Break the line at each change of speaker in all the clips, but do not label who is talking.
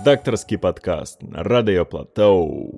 Редактарскі падкаст на Радыё Платоў.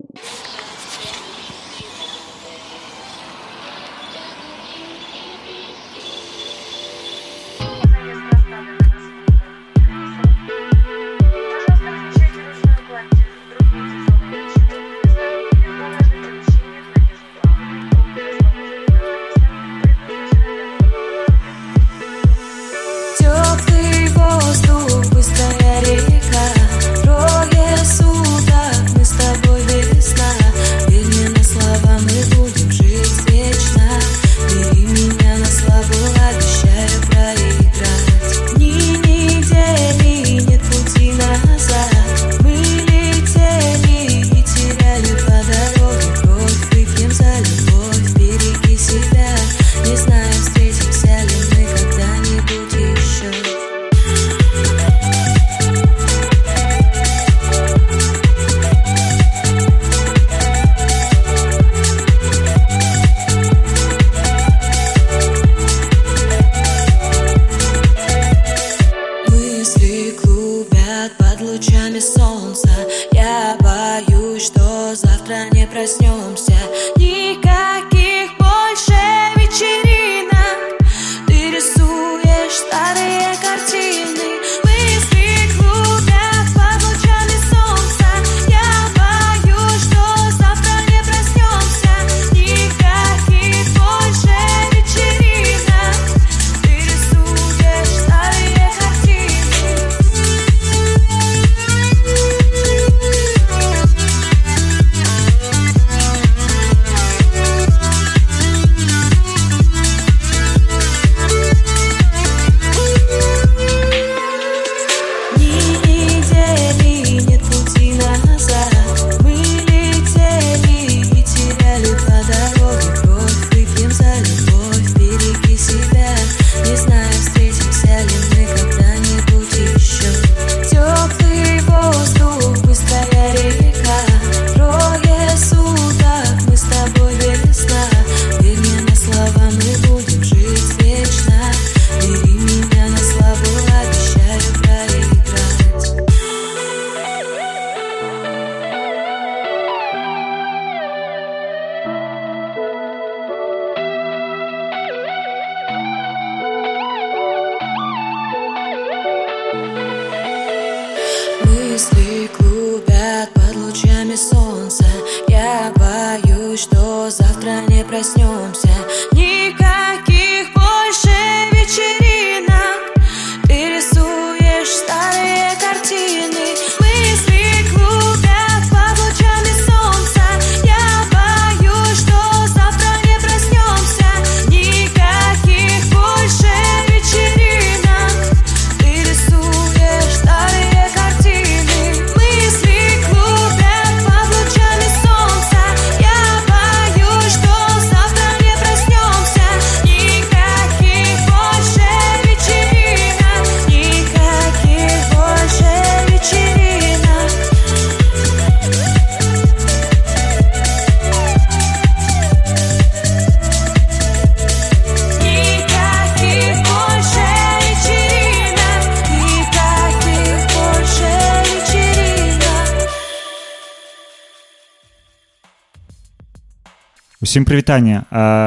Усім прывітанне.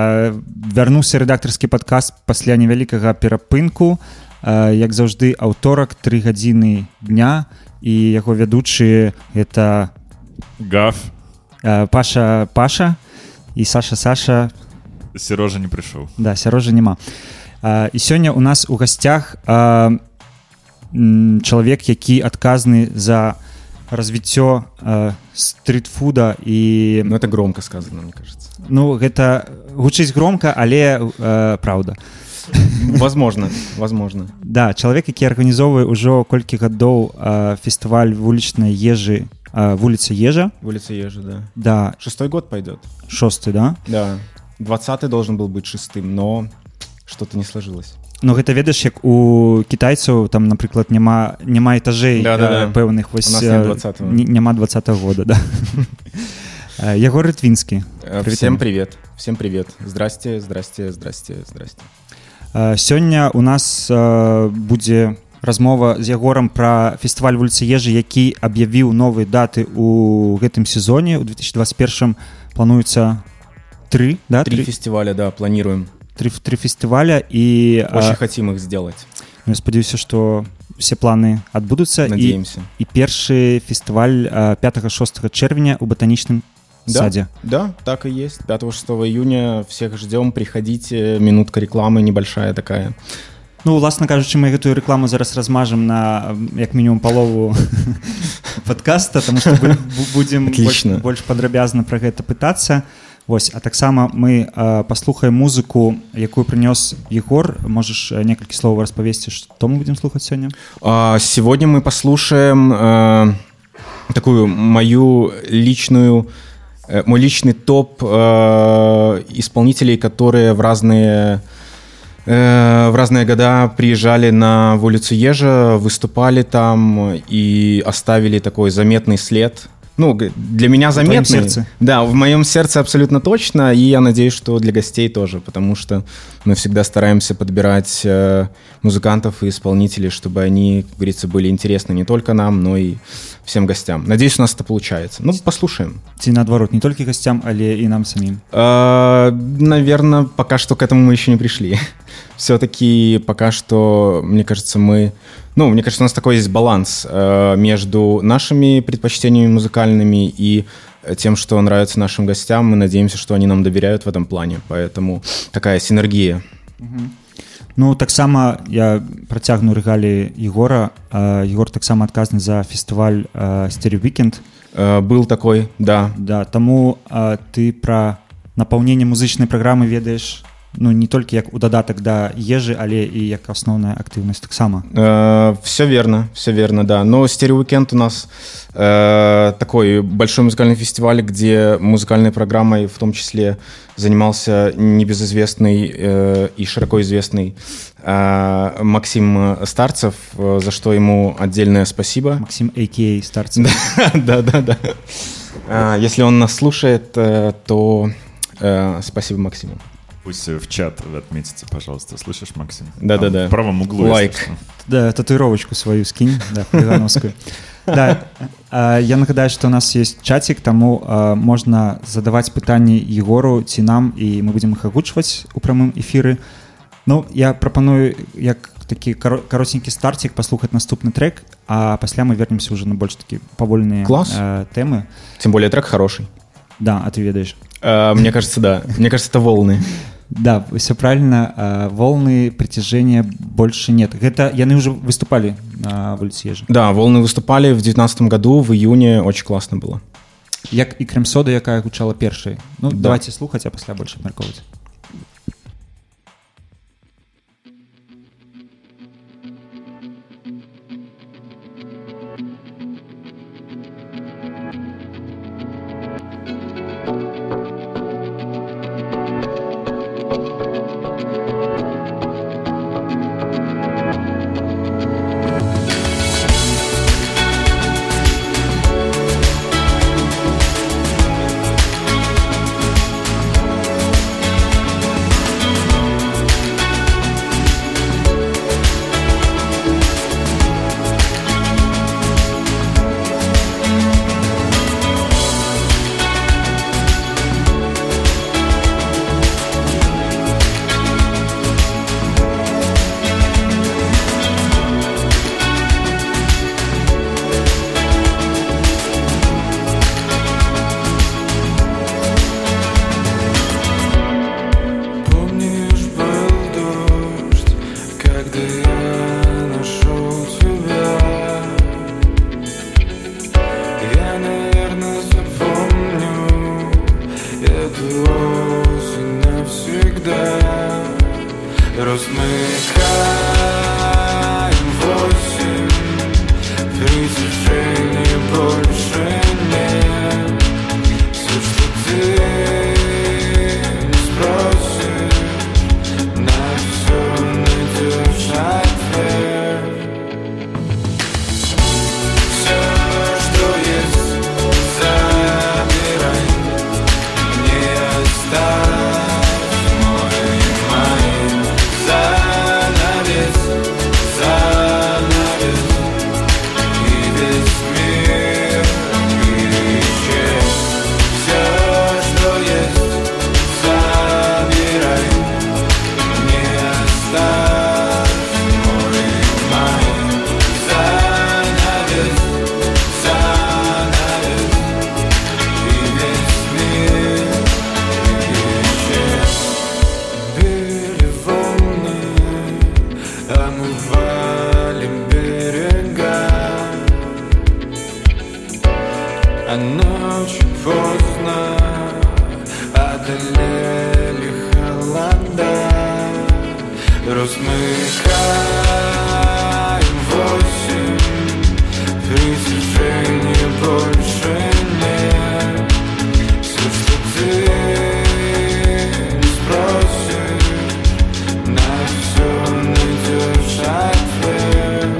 Вярнуўся рэдактарскі падкаст пасля невялікага перапынку. Як заўжды, аўторак, 3 гадзіны дня, і яго вядучыя гэта
Гаф,
Паша і Саша.
Серожа не прыйшоў.
Да, Серожа няма. І сёння у нас у гасцях чалавек, які адказны за развіццё стритфуда і...
Ну, это громко сказано, мне кажется.
Ну, гэта гучыць громко, але праўда.
Возможно.
Да, чалавек, які арганізоўвае ўжо колькі гадоў фестываль вулічнай ежы, вуліца Ежа.
Вуліца Ежа, да.
Да.
6-й год пойдет.
6-й, да?
Да. 20-й должен был быть 6-м, но что-то не сложилось.
Ну, гэта ведаеш, як у кітайцаў там, напрыклад, няма этажэй пэўных, вось няма 20-го года, да. Егор Рытвінскі.
Всем привет. Здрасте.
Сёння у нас будзе размова з Ягорам пра фестываль вуліцы Ежы, які аб'явіў новыя даты ў гэтым сезоне. У 2021 плануецца 3
фестиваля, да, планируем.
3 фестиваля, и...
Очень хотим их сделать.
Я спадзяюся, что все планы отбудутся.
Надеемся.
И первый фестиваль 5-6 червня у ботаничном саде.
Да, так и есть. 5-6 июня всех ждем, приходите. Минутка рекламы небольшая такая.
Ну, власна кажучы, мы гэтую рекламу зараз размажем на як мінімум палову подкаста, тому што будзем больш падрабязна пра гэта пытацца. Вось, а таксама мы паслухаем музыку, якую прынёс Егор. Можешь некалькі словаў распавесці, што мы будем слухаць сёння?
Сегодня мы послушаем такую мой личный топ исполнителей, которые в разные года приезжали на улицу Ежа, выступали там и оставили такой заметный след. Ну, для меня заметный.
В твоем сердце?
Да, в моем сердце абсолютно точно, и я надеюсь, что для гостей тоже, потому что мы всегда стараемся подбирать музыкантов и исполнителей, чтобы они, как говорится, были интересны не только нам, но и всем гостям. Надеюсь, у нас это получается. Ну, послушаем.
Ці наоборот, не только гостям, але и нам самим?
Наверное, пока что к этому мы еще не пришли. Все-таки пока что, мне кажется, у нас такой есть баланс между нашими предпочтениями музыкальными и тем, что нравится нашим гостям. Мы надеемся, что они нам доверяют в этом плане, поэтому такая синергия.
Ну, таксама я працягну рэгаліі Егора. Егор таксама адказны за фестываль Stereo Weekend.
Был такой, да.
Да, таму ты пра напаўненне музычнай праграмы ведаеш, ну, не толькі як у дадатак да Ежы, але і як асноўная актыўнасць таксама.
Все верно, да. Но Stereo Weekend у нас такой большой музыкальный фестиваль, где музыкальной программой в том числе занимался небезызвестный и широко известный Максим Старцев, за что ему отдельное спасибо.
Максим а.к.а. Старцев.
Да. Если он нас слушает, то спасибо Максиму.
Пусть в чат отметите, пожалуйста. Слышишь, Максим?
Да.
В правом углу.
Лайк.
Да, татуировочку свою скинь, да, хулигановскую. Да, я нагадаю, что у нас есть чатик, тому можно задавать пытанні Егору ці нам, і мы будем их агучваць у прамым эфіры. Ну, я прапаную, як такі каротенькі стартик, послухаць наступны трек, а пасля мы вернемся уже на больш такі павольныя темы.
Тем более трек хороший.
Да, а ты ведаешь?
Мне кажется, да. Мне кажется, это волны.
Да, все правильно. Волны притяжения больше нет. Это яны уже выступали на улице Ежи.
Да, волны выступали в 2019 году, в июне. Очень классно было.
Як и Крем-сода, якая гучала першай. Ну, да. Давайте слухать, а пасля больше абмяркоўваць.
Размыкаем 8, притяжения больше нет. Все, что ты спросишь, на все найдешь ответ.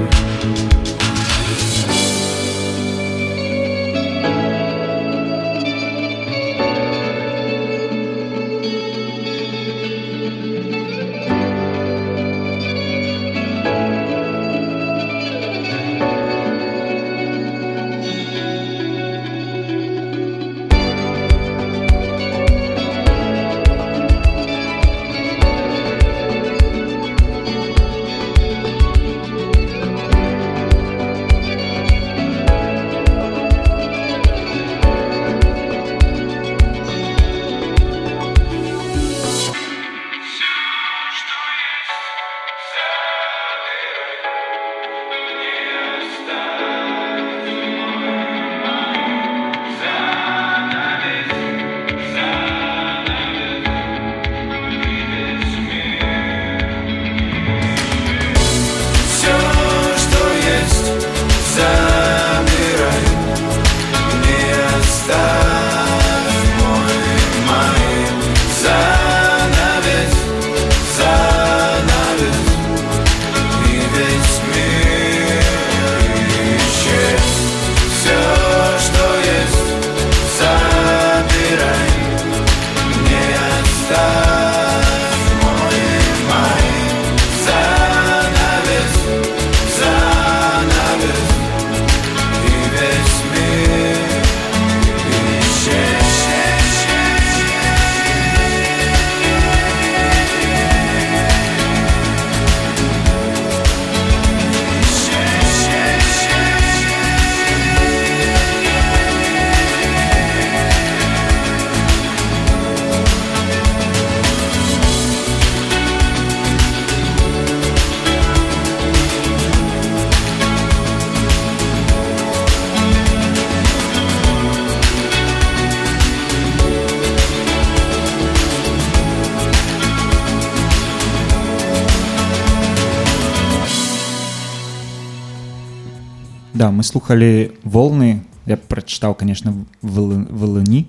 Да, мы слухали волны. Я прочитал, конечно, волны,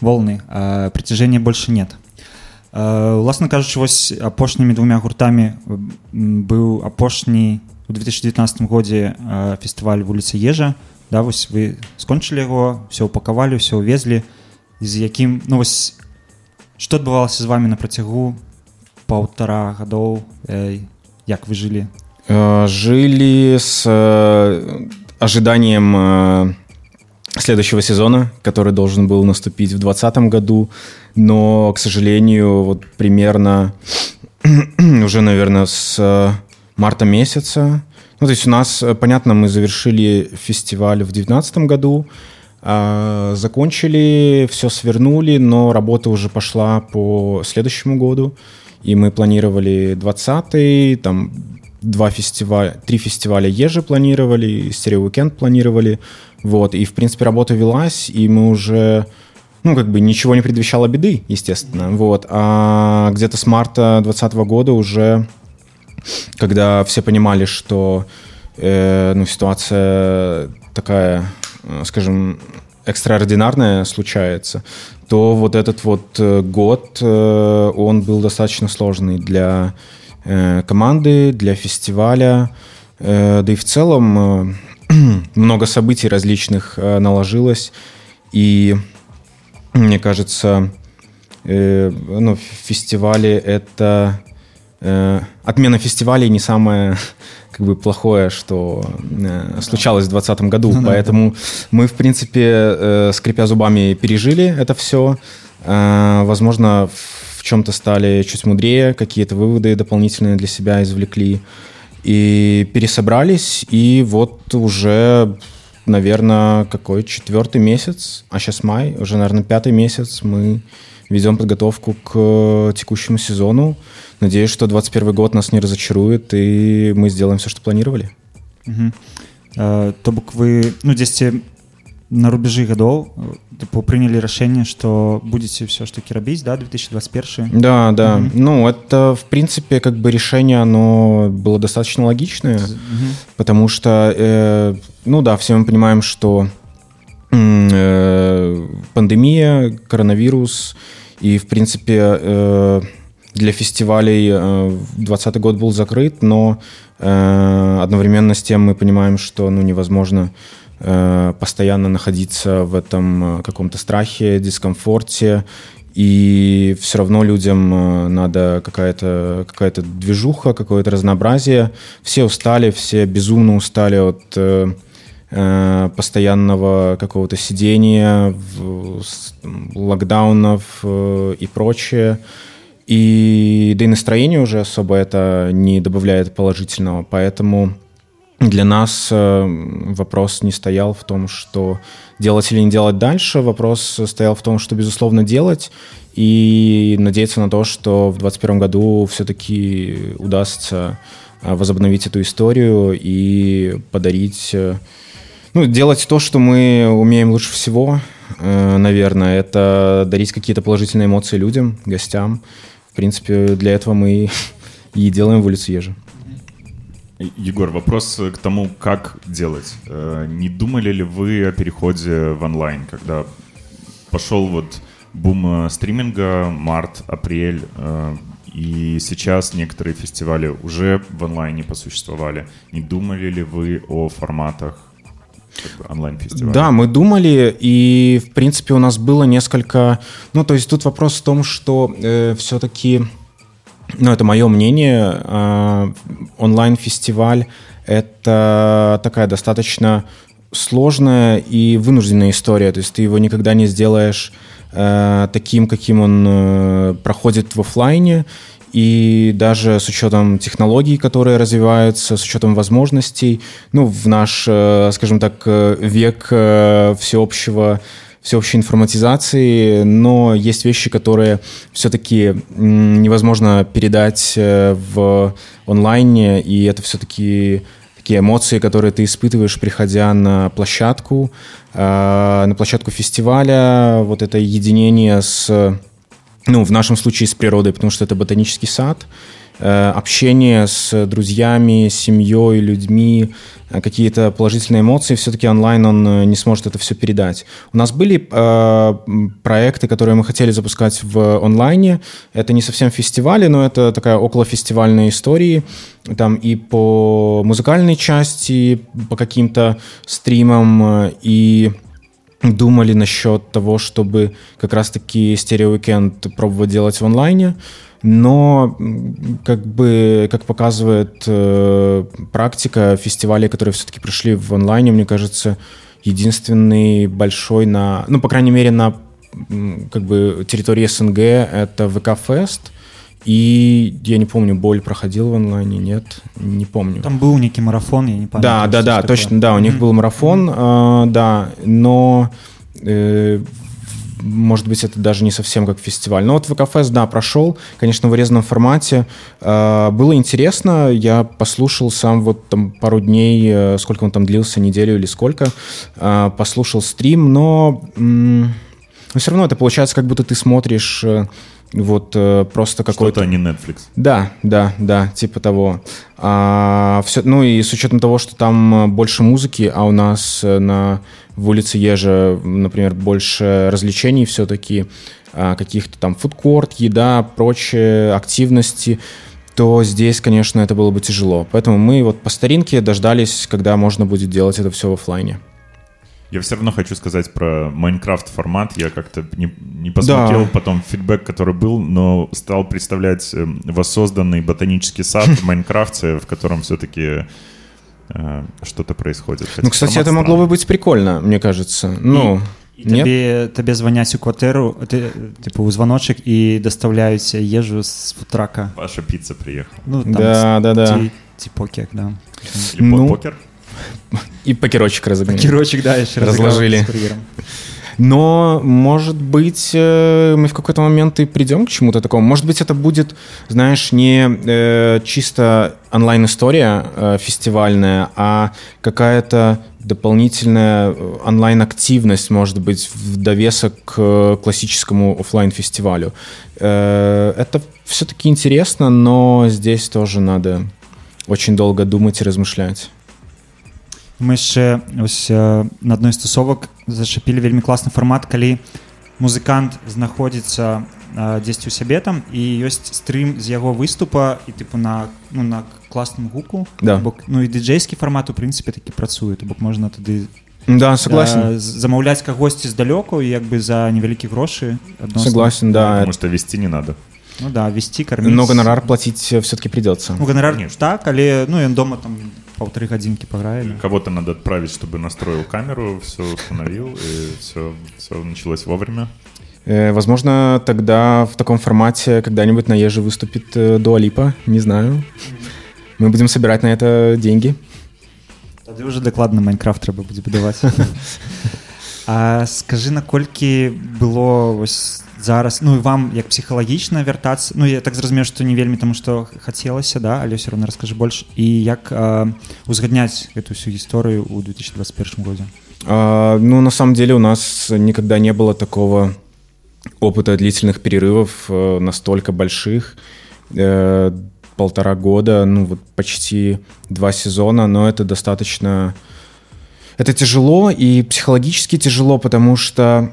а притяжения больше нет. Власне кажучи, вось апошнімі двумя гуртамі быў апошні у 2019 годзе фестываль вуліца Ежа. Да, вось вы скончылі яго, все упакавалі, все увезлі. З якім, ну вось, што адбывалася з вами на працягу 1,5 гадоў? Як вы жылі?
Жили с ожиданием следующего сезона, который должен был наступить в 2020 году, но, к сожалению, вот примерно уже, наверное, с марта месяца. Ну, то есть у нас, понятно, мы завершили фестиваль в 2019 году, закончили, все свернули, но работа уже пошла по следующему году, и мы планировали 20-й, там 3 фестиваля Ежи планировали, стерео-уикенд планировали, вот, и, в принципе, работа велась, и мы уже, ну, как бы ничего не предвещало беды, естественно, вот, а где-то с марта 2020 года уже, когда все понимали, что, ну, ситуация такая, скажем, экстраординарная случается, то вот этот вот год, он был достаточно сложный для команды, для фестиваля, да и в целом много событий различных наложилось, и мне кажется, ну, фестивали это... Отмена фестивалей не самое как бы плохое, что случалось в 2020 году, поэтому мы, в принципе, скрипя зубами, пережили это все. Возможно, в чем-то стали чуть мудрее, какие-то выводы дополнительные для себя извлекли и пересобрались, и вот уже, наверное, какой 4-й месяц, а сейчас май, уже, наверное, 5-й месяц мы ведем подготовку к текущему сезону. Надеюсь, что 2021 год нас не разочарует, и мы сделаем все, что планировали.
То бок вы, ну, дзесьці на рубежы гадоў прынялі рашэнне, што будзеце ўсё ж таки рабіць, да, 2021?
Да, да. Ну, это, в принципе, как бы решение, оно было достаточно логичное, потому что, ну да, все мы понимаем, что пандемия, коронавирус, и, в принципе, для фестивалей 2020 год был закрыт, но одновременно с тем мы понимаем, что невозможно постоянно находиться в этом каком-то страхе, дискомфорте, и все равно людям надо какая-то движуха, какое-то разнообразие. Все устали, все безумно устали от постоянного какого-то сидения, локдаунов и прочее. И да и настроение уже особо это не добавляет положительного, поэтому для нас вопрос не стоял в том, что делать или не делать дальше, вопрос стоял в том, что, безусловно, делать, и надеяться на то, что в 2021 году все-таки удастся возобновить эту историю и подарить, делать то, что мы умеем лучше всего, наверное, это дарить какие-то положительные эмоции людям, гостям. В принципе, для этого мы и делаем в улице Ежи.
Егор, вопрос к тому, как делать. Не думали ли вы о переходе в онлайн, когда пошел вот бум стриминга, март, апрель, и сейчас некоторые фестивали уже в онлайне посуществовали. Не думали ли вы о форматах онлайн-фестиваля?
Да, мы думали, и, в принципе, у нас было несколько... то есть тут вопрос в том, что все-таки... это мое мнение, онлайн-фестиваль — это такая достаточно сложная и вынужденная история. То есть ты его никогда не сделаешь таким, каким он проходит в офлайне. И даже с учетом технологий, которые развиваются, с учетом возможностей, в наш, скажем так, век всеобщей информатизации, но есть вещи, которые все-таки невозможно передать в онлайне, и это все-таки такие эмоции, которые ты испытываешь, приходя на площадку фестиваля, вот это единение с, в нашем случае с природой, потому что это ботанический сад, общение с друзьями, семьей, людьми, какие-то положительные эмоции, все-таки онлайн он не сможет это все передать. У нас были проекты, которые мы хотели запускать в онлайне. Это не совсем фестивали, но это такая околофестивальная история. Там и по музыкальной части, по каким-то стримам, и думали насчет того, чтобы как раз-таки стерео-уикенд пробовать делать в онлайне. Но, как показывает практика, фестивалей, которые все-таки пришли в онлайне, мне кажется, единственный большой по крайней мере, на территории СНГ это ВК-фест. И я не помню, Боль проходил в онлайне, нет, не помню.
Там был некий марафон, я не помню.
Да, точно, да, у них был марафон, да, но... может быть, это даже не совсем как фестиваль. Но вот ВК-фест, да, прошел, конечно, в урезанном формате. Было интересно, я послушал сам вот там пару дней, сколько он там длился, неделю или сколько, послушал стрим, но все равно это получается, как будто ты смотришь вот просто какой-то...
Что-то, а не Netflix.
Да, типа того. И с учетом того, что там больше музыки, а у нас в улице Ежа, например, больше развлечений все-таки, каких-то там фудкорт, еда, прочие активности, то здесь, конечно, это было бы тяжело. Поэтому мы вот по старинке дождались, когда можно будет делать это все в офлайне.
Я все равно хочу сказать про Майнкрафт формат. Я как-то не посмотрел потом фидбэк, который был, но стал представлять воссозданный ботанический сад в Майнкрафте, в котором все-таки что-то происходит.
Кстати, это могло бы быть прикольно, мне кажется.
Тебе звонять у кватэру, типа у звоночек, и доставляют ежу с фудтрака.
Ваша пицца приехала.
Да.
Типокер, да.
И покер?
И покерочек разогнали.
Покерочек, да, еще
разложили. Но, может быть, мы в какой-то момент и придем к чему-то такому. Может быть, это будет, знаешь, не чисто онлайн-история фестивальная, а какая-то дополнительная онлайн-активность, может быть, в довесок к классическому офлайн-фестивалю. Это все-таки интересно, но здесь тоже надо очень долго думать и размышлять.
Мы яшчэ на адной з тусовак зачапілі вельмі класны фармат, калі музыкант знаходзіцца дзесьці ў сябе там і ёсць стрым з яго выступа і тыпу на класным гуку.
Да.
Ну і дыджэйскі фармат у прынцыпе такі працуе, то бок можна тады замаўляць кагосьці здалёку і як бы за невялікі грошы.
Согласен, да.
Потому что вести не надо.
Ну да, вести, кормить.
Но гонорар платить все-таки придется.
Ну гонорар так, але он дома там 1,5 годинки пограет.
Кого-то надо отправить, чтобы настроил камеру, все установил, и все началось вовремя.
Возможно, тогда в таком формате когда-нибудь на Еже выступит Дуа Липа, не знаю. Мы будем собирать на это деньги.
Тады уже докладно Майнкрафт трэба будзе будаваць. А скажи, наколькі было зараз, ну і вам як псіхалагічна вяртацца, ну я так зразумею, што не вельмі таму, што хацелася, да, але ўсё роўна раскажы больш, і як узгадняць эту всю гісторыю ў 2021 годзе?
Ну, на самом деле у нас никогда не было такого опыта длительных перерывов настолько больших. 1,5 года, ну вот почти 2 сезона, но это достаточно... Это тяжело и психологически тяжело, потому что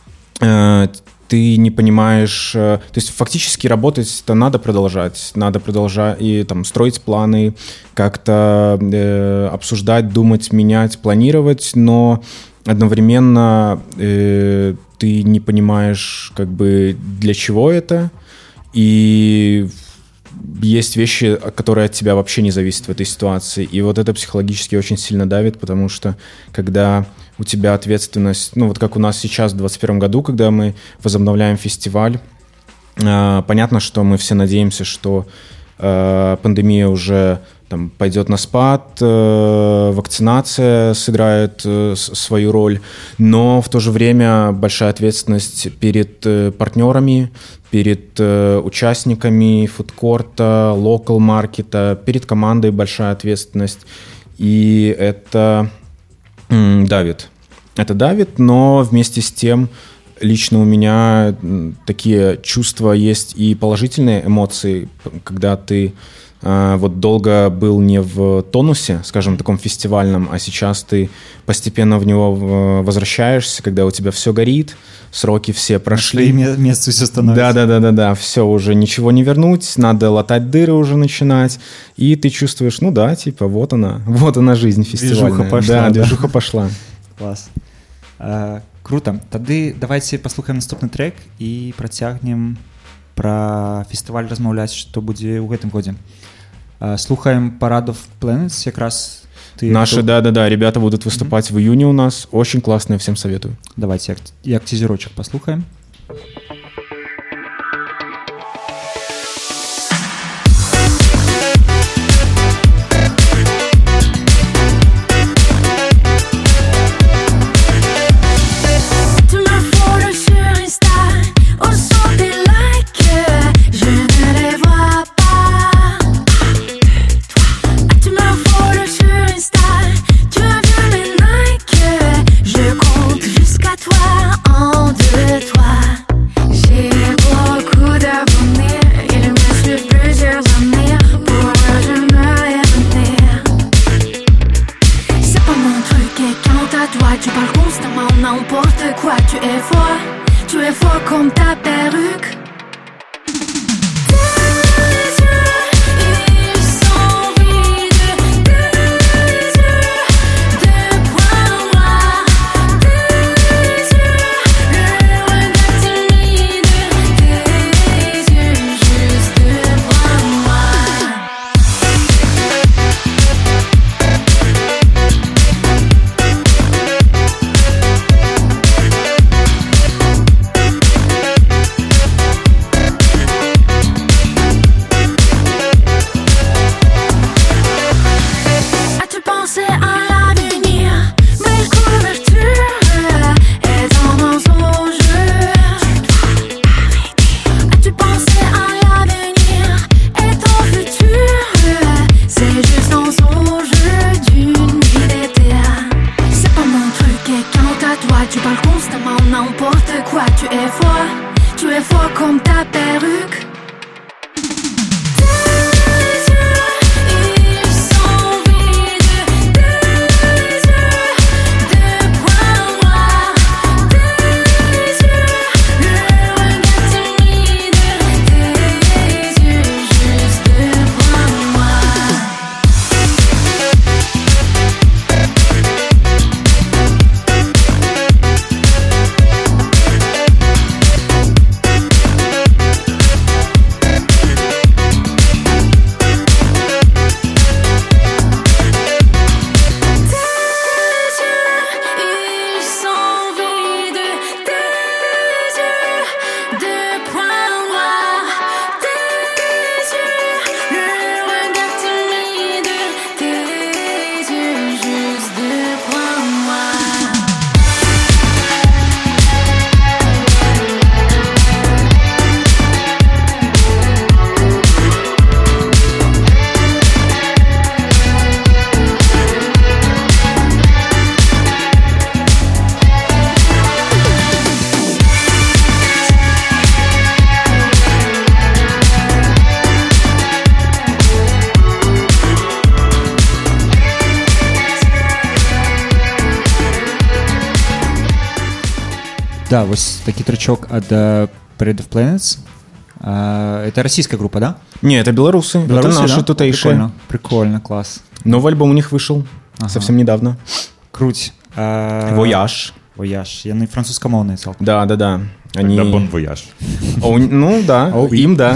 ты не понимаешь... То есть фактически работать-то надо продолжать и там строить планы, как-то обсуждать, думать, менять, планировать, но одновременно ты не понимаешь, как бы, для чего это, и есть вещи, которые от тебя вообще не зависят в этой ситуации. И вот это психологически очень сильно давит, потому что когда у тебя ответственность, ну вот как у нас сейчас в 2021 году, когда мы возобновляем фестиваль, понятно, что мы все надеемся, что пандемия уже там пойдет на спад, вакцинация сыграет свою роль, но в то же время большая ответственность перед партнерами, перед участниками фудкорта, локал-маркета, перед командой большая ответственность, и это давит. Это давит, но вместе с тем лично у меня такие чувства есть и положительные эмоции, когда ты вот долго был не в тонусе, скажем, таком фестивальном, а сейчас ты постепенно в него возвращаешься, когда у тебя все горит, сроки все прошли.
Место все становится.
Да, все, уже ничего не вернуть, надо латать дыры уже начинать, и ты чувствуешь, ну да, типа, вот она жизнь фестивальная.
Движуха пошла.
Да, движуха пошла.
Класс. Круто. Тады давайте паслухаем наступны трек і працягнем пра фестываль размаўляць, што будзе ў гэтым годзе. Слухаем Parade of Planets, якраз ты...
Наши, да, ребята будут выступать в июне у нас. Очень классные, всем советую.
Давайте як тизерочек послухаем. Да, вось такі трачок ад Parade of Planets. Это российская группа, да?
Не, это белорусы. Это наши
да?
тутейшие.
Прикольно, класс.
Новый альбом у них вышел совсем недавно.
Круть.
Voyage.
Voyage. Яны французскамоўныя цалкам.
Да. Они...
Тогда Bon Voyage.
Ну да, им да.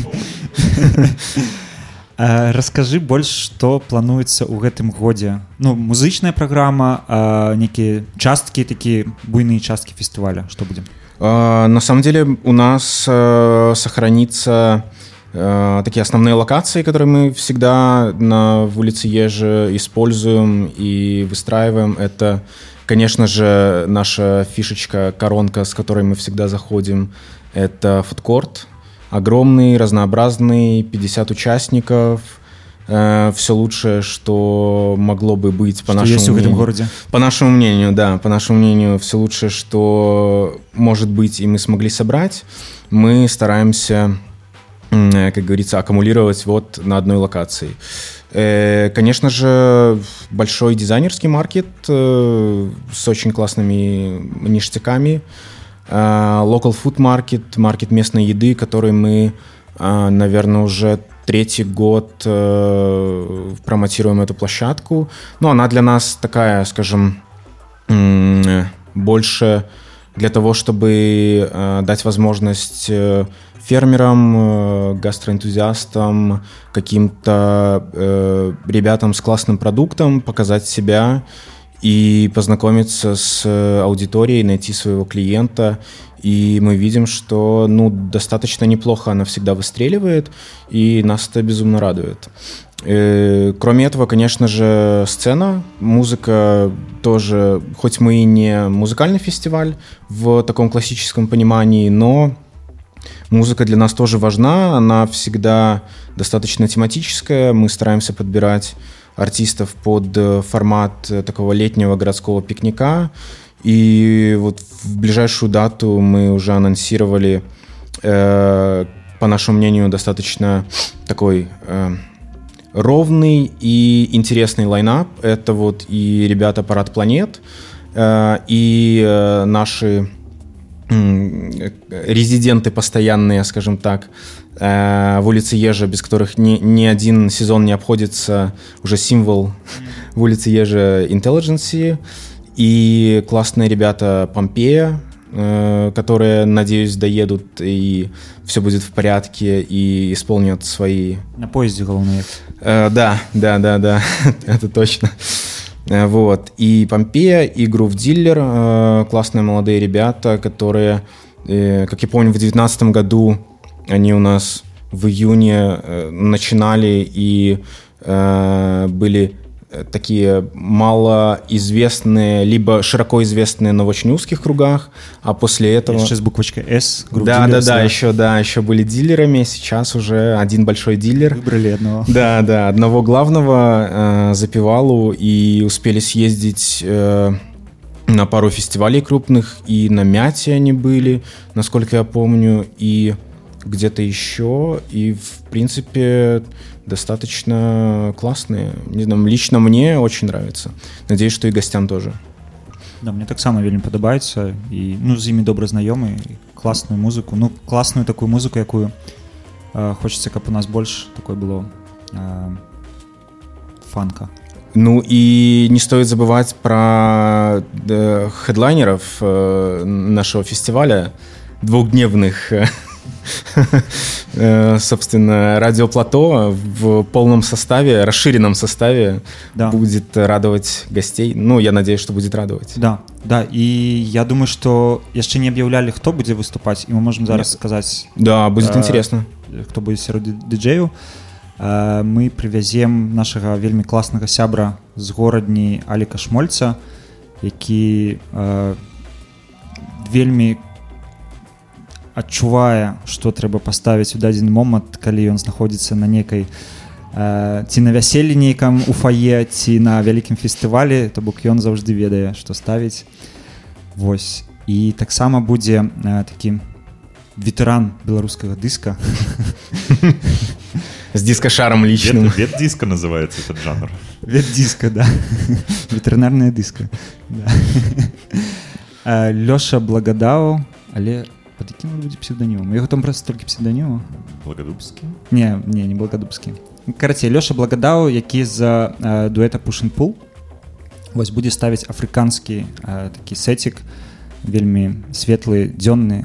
Раскажы больш, што плануецца ў гэтым годзе. Ну, музычная праграма, некія часткі, такія буйныя часткі фестываля. Што будзе?
На самом деле у нас сохранится такие основные локации, которые мы всегда на улице Ежи используем и выстраиваем. Это, конечно же, наша фишечка, коронка, с которой мы всегда заходим. Это фудкорт. Огромный, разнообразный, 50 участников. Все лучшее, что могло бы быть, по нашему
есть
мнению.
в этом городе.
По нашему мнению, да. По нашему мнению, все лучшее, что может быть и мы смогли собрать. Мы стараемся, как говорится, аккумулировать вот на одной локации. Конечно же, большой дизайнерский маркет с очень классными ништяками. Local food market, маркет местной еды, который мы, наверное, уже 3-й год промотируем эту площадку. Но она для нас такая, скажем, больше для того, чтобы дать возможность фермерам, гастроэнтузиастам, каким-то ребятам с классным продуктом показать себя и познакомиться с аудиторией, найти своего клиента. И мы видим, что достаточно неплохо она всегда выстреливает, и нас это безумно радует. Кроме этого, конечно же, сцена, музыка тоже, хоть мы и не музыкальный фестиваль в таком классическом понимании, но музыка для нас тоже важна, она всегда достаточно тематическая, мы стараемся подбирать артистов под формат такого летнего городского пикника. И вот в ближайшую дату мы уже анонсировали, по нашему мнению, достаточно такой ровный и интересный лайнап. Это вот и ребята «Парад планет», и наши резиденты постоянные, скажем так, в улице Ежи, без которых ни один сезон не обходится, уже символ в улице Ежи Intelligence, и классные ребята Помпея, которые, надеюсь, доедут и все будет в порядке и исполнят свои...
На поезде головные.
Да, это точно. Вот. И Помпея, и Groove Dealer, классные молодые ребята, которые, как я помню, в 2019 году они у нас в июне начинали и были такие малоизвестные, либо широко известные, но в очень узких кругах, а после этого...
Еще с буквочкой «С».
Да, еще были дилерами, сейчас уже один большой дилер.
Выбрали одного.
Да, одного главного запевалу, и успели съездить на пару фестивалей крупных, и на Мяте они были, насколько я помню, и где-то еще, и в принципе достаточно классные. Не знаю, лично мне очень нравится. Надеюсь, что и гостям тоже.
Да, мне таксама вельмі падабаецца, і з імі добра знаёмы, класную музыку, класную такую музыку, якую хочется, каб у нас больше такой было фанка.
И не стоит забывать про хедлайнеров нашего фестиваля, двухдневных. Собственно, Радио Плато в полном составе, расширенном составе будет радовать гостей. Я надеюсь, что будет радовать.
Да, и я думаю, что яшчэ не объявляли, кто будет выступать, и мы можем зараз сказать.
Да, будет интересно.
Кто будет среди диджею. Мы привязем нашего вельмі класнага сябра з горадні Аліка Шмольца, які вельмі адчувае, што трэба паставіць у дадзены момант, калі ён знаходзіцца на некай ці на вяселлі нейкам у фае, ці на вялікім фестывалі, то бок ён заўжды ведае, што ставіць. Вось. І таксама будзе такі ветэран беларускага дыска.
С дискошаром личным.
Ветдиско называется этот жанр.
Ветдиско, да. Ветеринарная диско. Да. Лёша Благадаў, але пад якім будзе псевданімам? Яго там проста толькі псевданіму.
Благодубскі?
Не Благадубскі. Карацей, Лёша Благадаў, які з дуэта Push and Pull, вось будзе ставіць афрыканскі такі сетик, вельмі светлы, дзённы,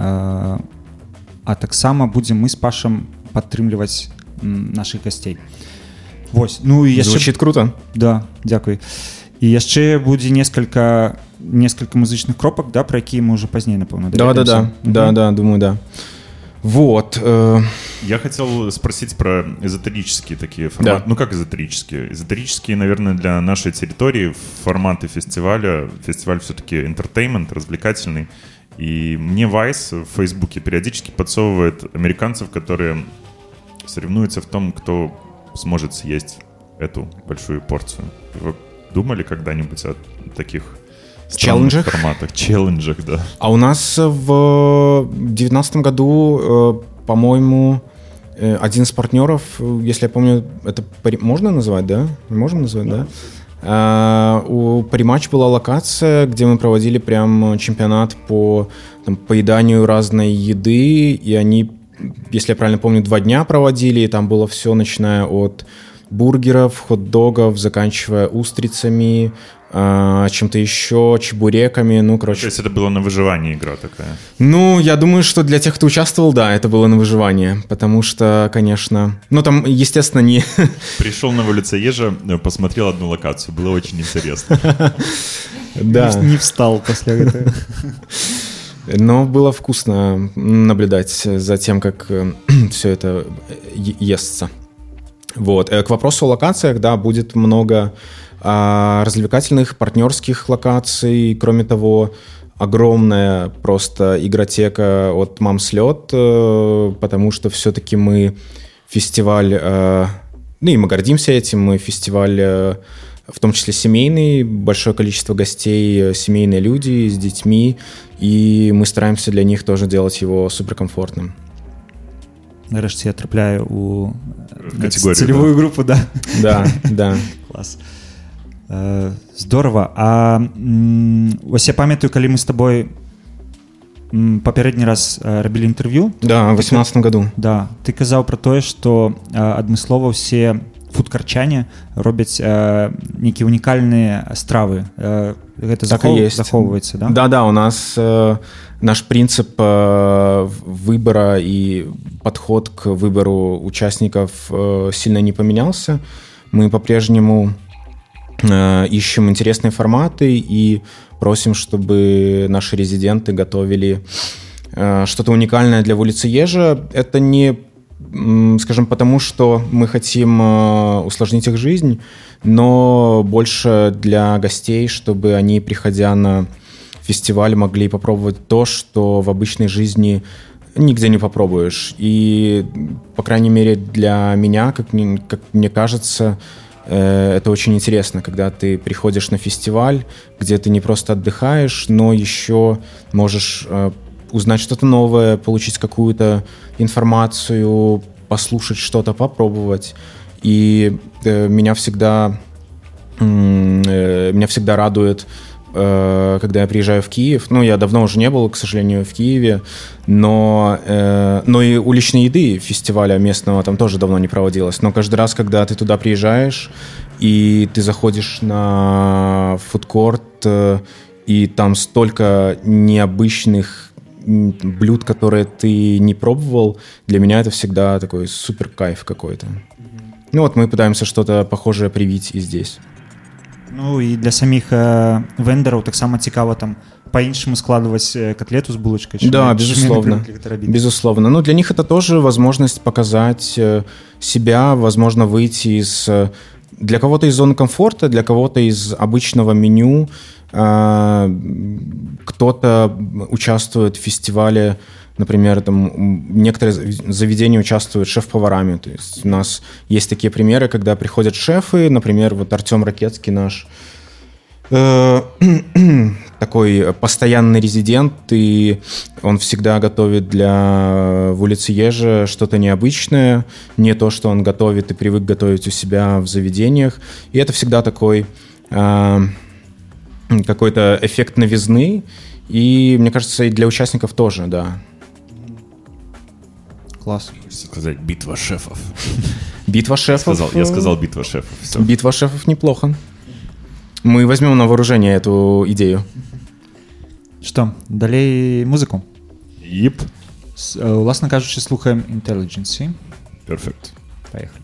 а таксама будзем мы з Пашам падтрымліваць нашых гасцей. Вось, ну і яшчэ...
Звучит круто.
Да, дзякуй. І яшчэ будзе несколько музычных кропак, да, про якія мы уже пазней, напэўна,
даведаемся. Да, думаю, да. Вот.
Я хотел спросить про эзотерические такие форматы. Да. Ну, как эзотерические? Эзотерические, наверное, для нашей территории форматы фестиваля. Фестиваль все-таки entertainment, развлекательный. И мне Vice в Фейсбуке периодически подсовывает американцев, которые соревнуются в том, кто сможет съесть эту большую порцию. Вы думали когда-нибудь о таких
челленджах?
Форматах? Челленджах, да.
А у нас в 2019 году, по-моему, один из партнеров, если я помню, это можно назвать, да? Можем назвать, да? У Париматч была локация, где мы проводили прям чемпионат по поеданию разной еды, и они, если я правильно помню, 2 дня проводили, и там было все, начиная от бургеров, хот-догов, заканчивая устрицами, чем-то еще, чебуреками, ну, короче.
То есть это было на выживание игра такая?
Ну, я думаю, что для тех, кто участвовал, да, это было на выживание, потому что, конечно, ну, там, естественно, не...
Пришел на улице Ежа, посмотрел одну локацию, было очень интересно.
Да.
Не встал после этого.
Но было вкусно наблюдать за тем, как все это естся. Вот. К вопросу о локациях, да, будет много развлекательных, партнерских локаций. Кроме того, огромная просто игротека от Мамслет, потому что все-таки мы фестиваль, ну и мы гордимся этим, мы фестиваль в том числе семейный, большое количество гостей, семейные люди с детьми, и мы стараемся для них тоже делать его суперкомфортным.
Нарешті я трапляю у
целевую
группу, да.
Да.
Клас. Здорово. А ось я пам'ятаю, коли ми з тобою папярэдні раз робили інтерв'ю.
Да, в 2018 году.
Да. Ты казаў про тое, што адмыслова все фудкарчане робяць нейкія унікальныя стравы. Гэта захоўваецца, да?
Да, у нас наш принцип выбора и подход к выбору участников сильно не поменялся. Мы по-прежнему ищем интересные форматы и просим, чтобы наши резиденты готовили что-то уникальное для улицы Ежа. Это не, скажем, потому что мы хотим усложнить их жизнь, но больше для гостей, чтобы они, приходя на фестиваль, могли попробовать то, что в обычной жизни нигде не попробуешь. И, по крайней мере, для меня, как мне кажется, это очень интересно, когда ты приходишь на фестиваль, где ты не просто отдыхаешь, но еще можешь узнать что-то новое, получить какую-то информацию, послушать что-то, попробовать. И меня всегда радует, когда я приезжаю в Киев. Ну, я давно уже не был, к сожалению, в Киеве, но и уличной еды фестиваля местного там тоже давно не проводилось. Но каждый раз, когда ты туда приезжаешь, и ты заходишь на фудкорт, и там столько необычных блюд, которые ты не пробовал, для меня это всегда такой супер кайф какой-то. Ну вот мы пытаемся что-то похожее привить и здесь.
Ну і для самих вендораў таксама цікава там по-іншаму складывать котлету с булочкой.
Да, безусловно. Ну, для них это тоже возможность показать себя, возможно, выйти из... Для кого-то из зоны комфорта, для кого-то из обычного меню. Кто-то участвует в фестивале, например, там некоторые заведения участвуют шеф-поварами. То есть у нас есть такие примеры, когда приходят шефы, например, вот Артем Ракетский наш такой постоянный резидент, и он всегда готовит для в улице Ежа что-то необычное, не то, что он готовит и привык готовить у себя в заведениях. И это всегда такой какой-то эффект новизны, и, мне кажется, и для участников тоже, да.
Класс.
Хочется сказать «битва шефов».
Битва шефов.
Я сказал «битва шефов». Всё.
Битва шефов неплохо. Мы возьмем на вооружение эту идею.
Що, далі музику?
Єп.
Власне кажучи, слухаємо Intelligence.
Перфект.
Поїхали.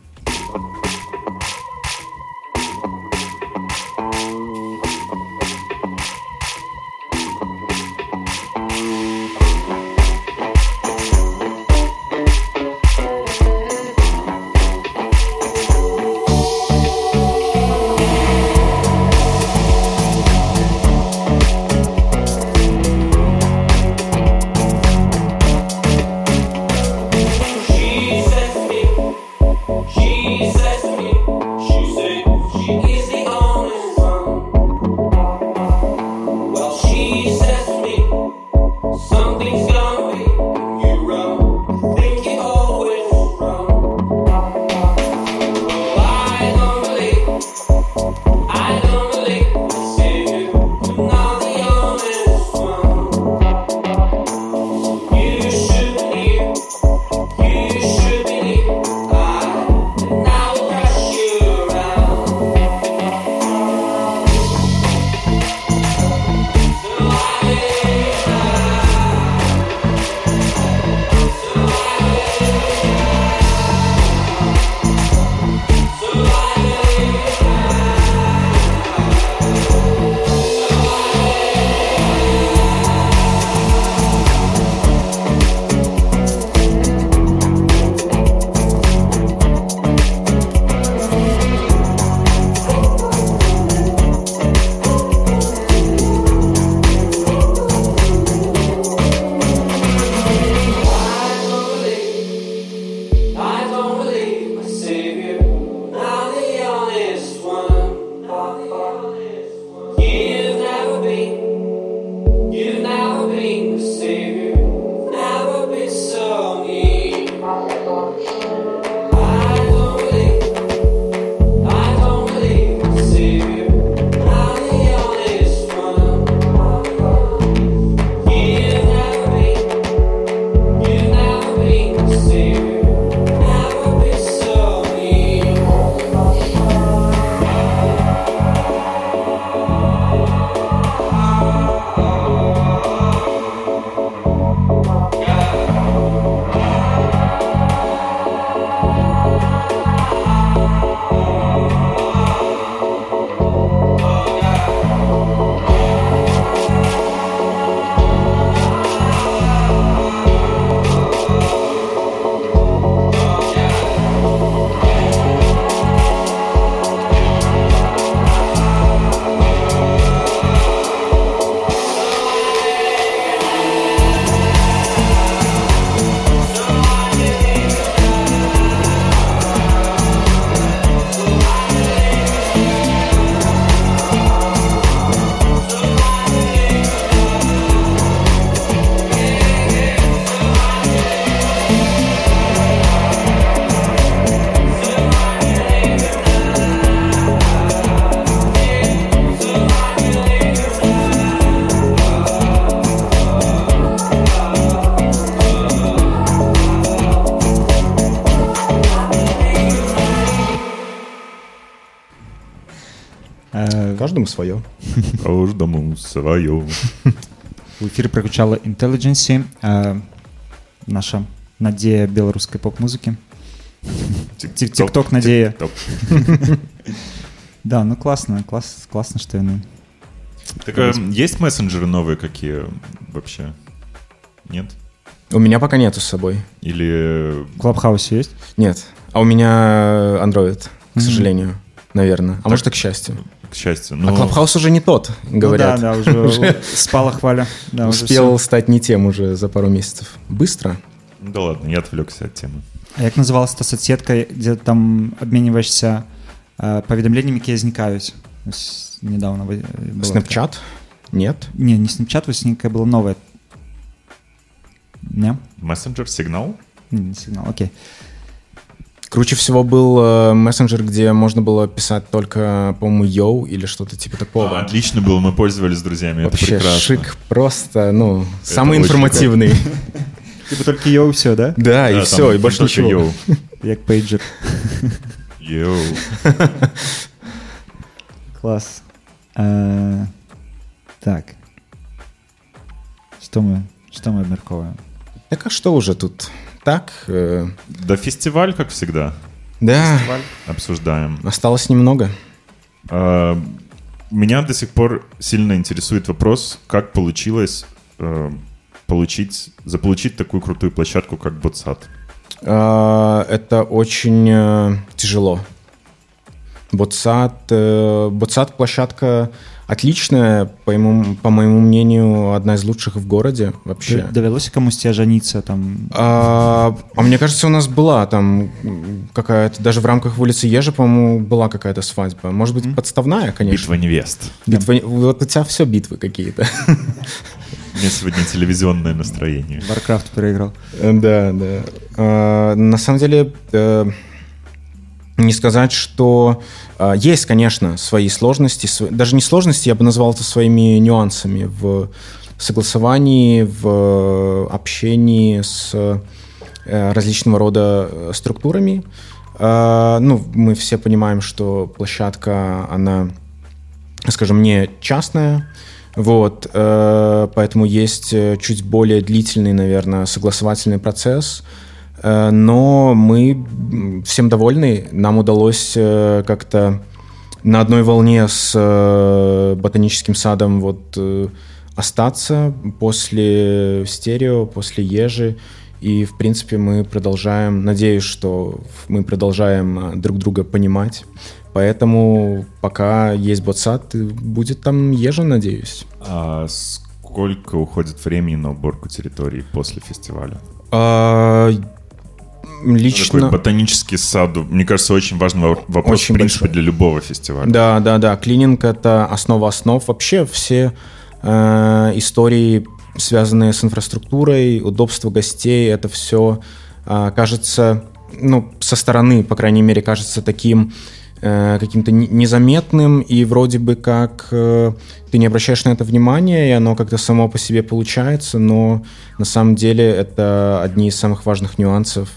Каждому свое.
Каждому свое.
В ефірі прозвучала Intelligence, наша надія білоруської поп-музики. Тік-ток надія. Да, ну классно, что они.
Так, есть мессенджеры новые какие вообще? Нет?
У меня пока нету с собой.
Или...
В Клабхаусе есть?
Нет. А у меня Android, к сожалению, наверное. А может и к счастью.
К счастью.
А Клабхаус уже не тот, говорят.
Ну, да, уже спала хваля. Да,
успел стать не тем уже за пару месяцев. Быстро?
Да ладно, я отвлекся от темы.
А як называлась та соцсетка, где там обмениваешься поведомлениями, которые возникают? Недавно было.
Snapchat? Нет.
Не Snapchat, возникая была новая. Не?
Мессенджер, сигнал?
Не сигнал, окей.
Круче всего был мессенджер, где можно было писать только, по-моему, йоу или что-то типа такого.
Отлично было, мы пользовались с друзьями,
Вообще
это прекрасно.
шик просто, самый
очень
информативный.
Типа только йоу, все, да?
Да, и
Да,
все,
там
и больше
только
ничего.
йоу.
Як пейджер.
Йоу.
Класс. Так. Что мы обмерковываем?
Так а что уже тут? Так,
Да, фестиваль, как всегда,
да,
обсуждаем.
осталось немного.
Меня до сих пор сильно интересует вопрос, как получилось заполучить такую крутую площадку, как Ботсад.
Это очень тяжело. Ботсад площадка отличная, по моему мнению, одна из лучших в городе вообще.
Довелося комусь ожениться там?
А мне кажется, у нас была там какая-то, даже в рамках улицы Ежи, по-моему, была какая-то свадьба. Может быть, подставная, конечно.
Битва невест.
Вот у тебя все битвы какие-то.
У меня сегодня телевизионное настроение.
Warcraft проиграл.
Да. На самом деле, не сказать, что есть, конечно, свои сложности, даже не сложности, я бы назвал это своими нюансами в согласовании, в общении с различного рода структурами. Мы все понимаем, что площадка, она, скажем, не частная, поэтому есть чуть более длительный, наверное, согласовательный процесс. Но мы всем довольны. Нам удалось как-то на одной волне с ботаническим садом остаться после стерео, после Ежи. И, в принципе, мы продолжаем, надеюсь, что мы продолжаем друг друга понимать. Поэтому пока есть Ботсад, будет там Ежа, надеюсь.
А сколько уходит времени на уборку территории после фестиваля?
Лично...
Такой ботанический сад, мне кажется, очень важный вопрос,
Очень
в принципе,
большой.
для любого фестиваля.
Да. Клининг — это основа основ. Вообще все истории, связанные с инфраструктурой, удобство гостей, это все кажется, со стороны, по крайней мере, кажется таким каким-то незаметным, и вроде бы как ты не обращаешь на это внимания, и оно как-то само по себе получается, но на самом деле это одни из самых важных нюансов.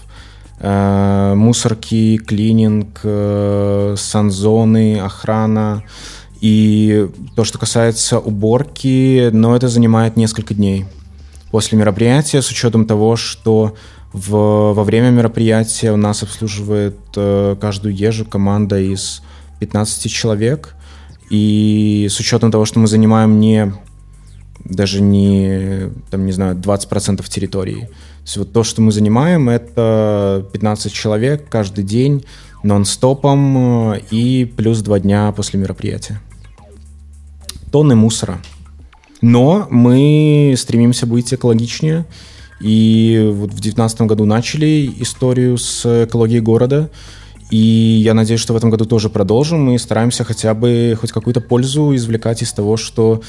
Мусорки, клининг, санзоны, охрана. И то, что касается уборки, это занимает несколько дней после мероприятия, с учетом того, что во время мероприятия у нас обслуживает каждую Ежу команда из 15 человек. И с учетом того, что мы занимаем даже не 20% территории. То есть то, что мы занимаем, это 15 человек каждый день нон-стопом и плюс 2 дня после мероприятия. Тонны мусора. Но мы стремимся быть экологичнее. И в 2019 году начали историю с экологией города. И я надеюсь, что в этом году тоже продолжим. Мы стараемся хотя бы хоть какую-то пользу извлекать из того, что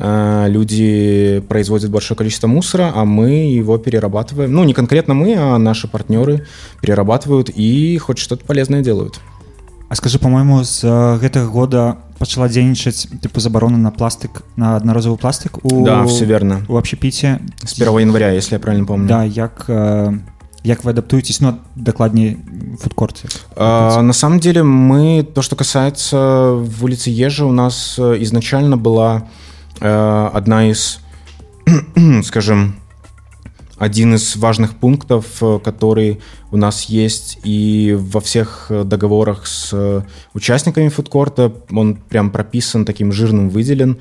люди производят большое количество мусора, а мы его перерабатываем. Не конкретно мы, а наши партнеры перерабатывают и хоть что-то полезное делают.
А скажи, по-моему, з гэтага года пачала дзейнічаць забарона на пластик, на одноразовый пластик
Да, все верно.
у общепіце.
С 1 января, если я правильно помню.
Да, як вы адаптуетесь, докладнее в фудкорте?
На самом деле то, что касается в улице Ежи, у нас изначально была одна из, скажем, один из важных пунктов, который у нас есть и во всех договорах с участниками фудкорта, он прям прописан, таким жирным выделен.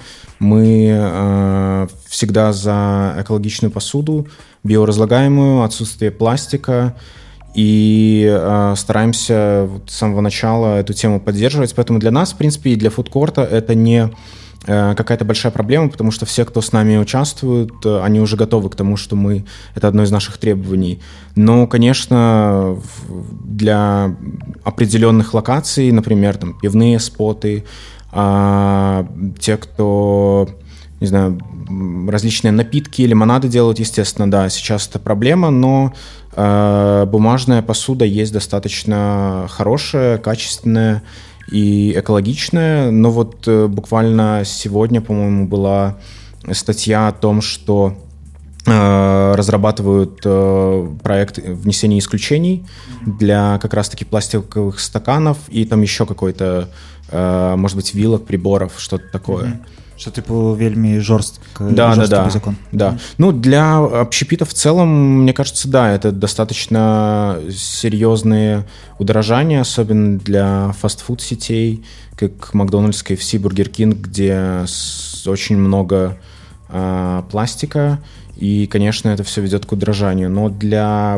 Мы всегда за экологичную посуду, биоразлагаемую, отсутствие пластика, и стараемся с самого начала эту тему поддерживать. Поэтому для нас, в принципе, и для фудкорта это не какая-то большая проблема, потому что все, кто с нами участвуют, они уже готовы к тому, что это одно из наших требований. Но, конечно, для определенных локаций, например, пивные споты, те, кто не знаю, различные напитки, лимонады делают, естественно, да, сейчас это проблема, но бумажная посуда есть достаточно хорошая, качественная и экологичная. Но вот буквально сегодня, по-моему, была статья о том, что разрабатывают проект внесения исключений для как раз-таки пластиковых стаканов и там еще какой-то, может быть, вилок, приборов, что-то такое.
Что типа вельми жорстко закон.
Да. Ну, для общепита в целом, мне кажется, да, это достаточно серьезные удорожания, особенно для фастфуд-сетей, как Макдональдс, KFC, Бургер Кинг, где очень много пластика, и, конечно, это все ведет к удорожанию. Но для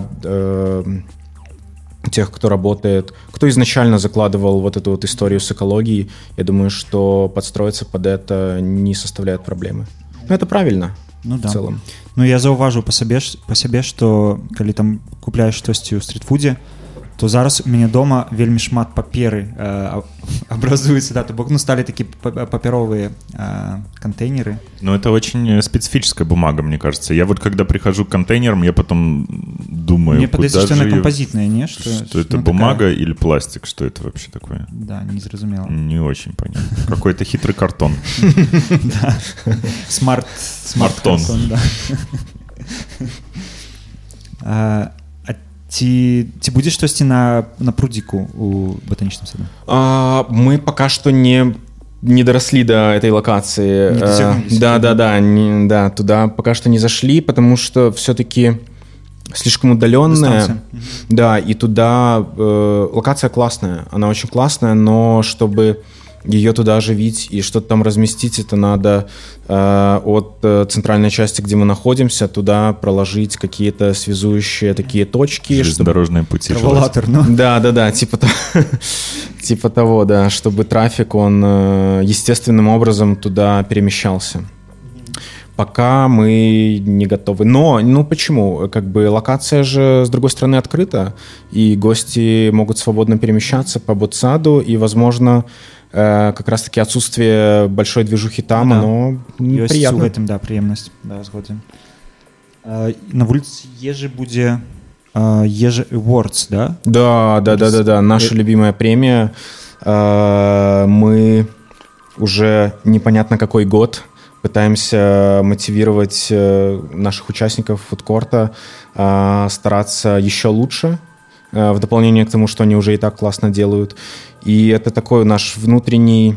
тех, кто работает, кто изначально закладывал вот эту вот историю с экологией, я думаю, что подстроиться под это не составляет проблемы. Но это правильно,
ну, да.
В целом.
Ну, я зауважу по себе, что калі там купляеш штосьці ў стрітфудзе, то зараз у мяне дома вельмі шмат паперы образуется, да, то бок, ну, стали такие паперовые контейнеры.
Ну, это очень специфическая бумага, мне кажется. Я вот когда прихожу к контейнерам, я потом думаю,
мне
куда
подается, что она
же
композитная, не?
Что это бумага такая... или пластик? Что это вообще такое?
Да, не зразумела.
Не очень понятно. Какой-то хитрый картон.
Да. Смарт-картон, да. Ці будзе штосьці на прудзіку у ботанічным саду?
Мы пока что не доросли до этой локации. Да, туда пока что не зашли, потому что все-таки слишком удаленная. Да, и туда локация классная, она очень классная, но чтобы ее туда оживить и что-то там разместить, это надо от центральной части, где мы находимся, туда проложить какие-то связующие такие точки.
Железнодорожные пути.
Ну.
Да, типа того, да, чтобы трафик, он естественным образом туда перемещался. Пока мы не готовы. Но, ну почему? Как бы локация же, с другой стороны, открыта, и гости могут свободно перемещаться по ботсаду, и, возможно, как раз-таки отсутствие большой движухи там, да. Оно приятно.
В этом, да, приемность. Да, згоден. На вулице Ежи будет Ежи Awards, да?
Да. Наша любимая премия. Мы уже непонятно какой год пытаемся мотивировать наших участников фудкорта стараться еще лучше, в дополнение к тому, что они уже и так классно делают. И это такой наш внутренний...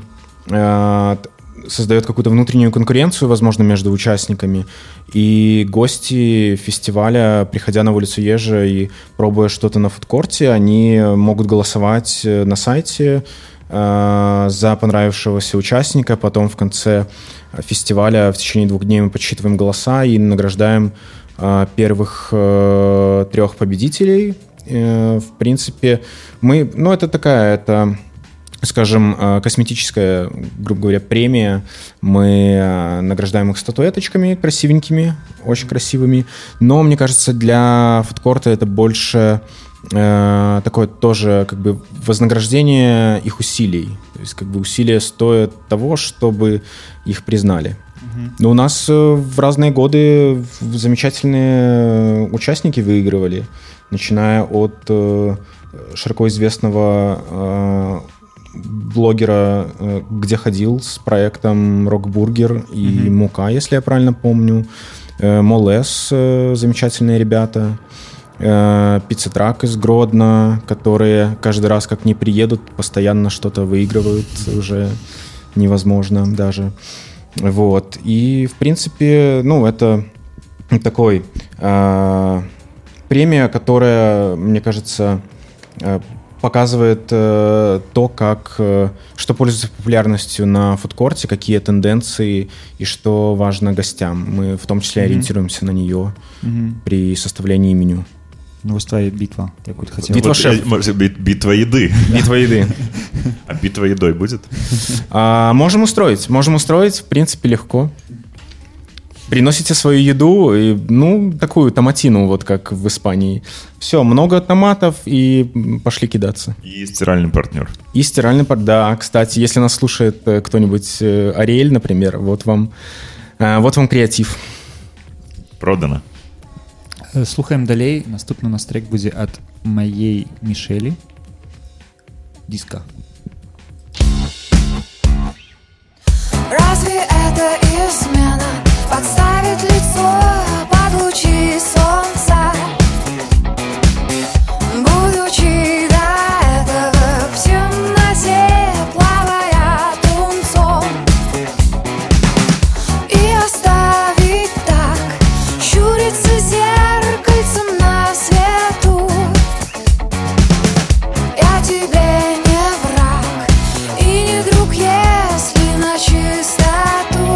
создает какую-то внутреннюю конкуренцию, возможно, между участниками. И гости фестиваля, приходя на улицу Ежа и пробуя что-то на фудкорте, они могут голосовать на сайте за понравившегося участника. Потом в конце фестиваля в течение 2 дней мы подсчитываем голоса и награждаем первых 3 победителей. В принципе, мы... Ну, это такая... Это, скажем, косметическая, грубо говоря, премия. Мы награждаем их статуэточками красивенькими, очень красивыми. Но, мне кажется, для фудкорта это больше такое тоже как бы вознаграждение их усилий. То есть как бы усилия стоят того, чтобы их признали. Но у нас в разные годы замечательные участники выигрывали, начиная от широко известного блогера «Где ходил» с проектом «Рокбургер» и «Мука», если я правильно помню, «Молес», замечательные ребята, «Пиццетрак» из Гродно, которые каждый раз, как не приедут, постоянно что-то выигрывают, уже невозможно даже. Вот. И, в принципе, ну, это такой премия, которая, мне кажется, показывает то, как, что пользуется популярностью на фудкорте, какие тенденции и что важно гостям. Мы в том числе ориентируемся на нее при составлении меню.
Ну, вот твоя битва.
Битва шеф.
Битва еды.
Битва еды.
А битва едой будет?
Можем устроить, в принципе, легко. Приносите свою еду, и, ну, такую томатину, вот как в Испании. Все, много томатов, и пошли кидаться.
И стиральный партнер.
И стиральный партнер, да. Кстати, если нас слушает кто-нибудь, Ариэль, например, вот вам Вот вам креатив.
Продано.
Слухаем далей. Наступны у нас трек будзе ад маей Мішэлі. Диска.
Разве это измена? Подставить лицо под лучи солнца, будучи до этого в темноте, плавая тунцом, и оставить так, щуриться зеркальцем на свету. Я тебе не враг и не друг, если на чистоту.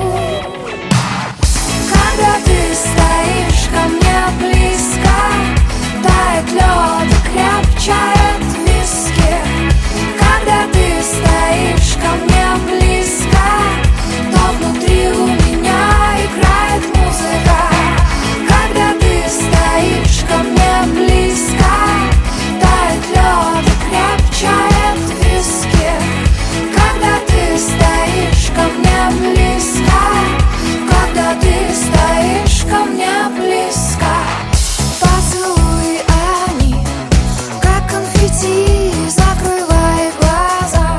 Когда ты стоишь ко мне близко, тает лед и крепчает виски. Когда ты стоишь ко мне близко, то внутри у меня играет музыка. Когда ты стоишь ко мне близко, тает лед и крепчает виски. Когда ты стоишь ко мне близко, когда ты стоишь ко мне близко, поцелуй они, как конфетти, закрывай глаза.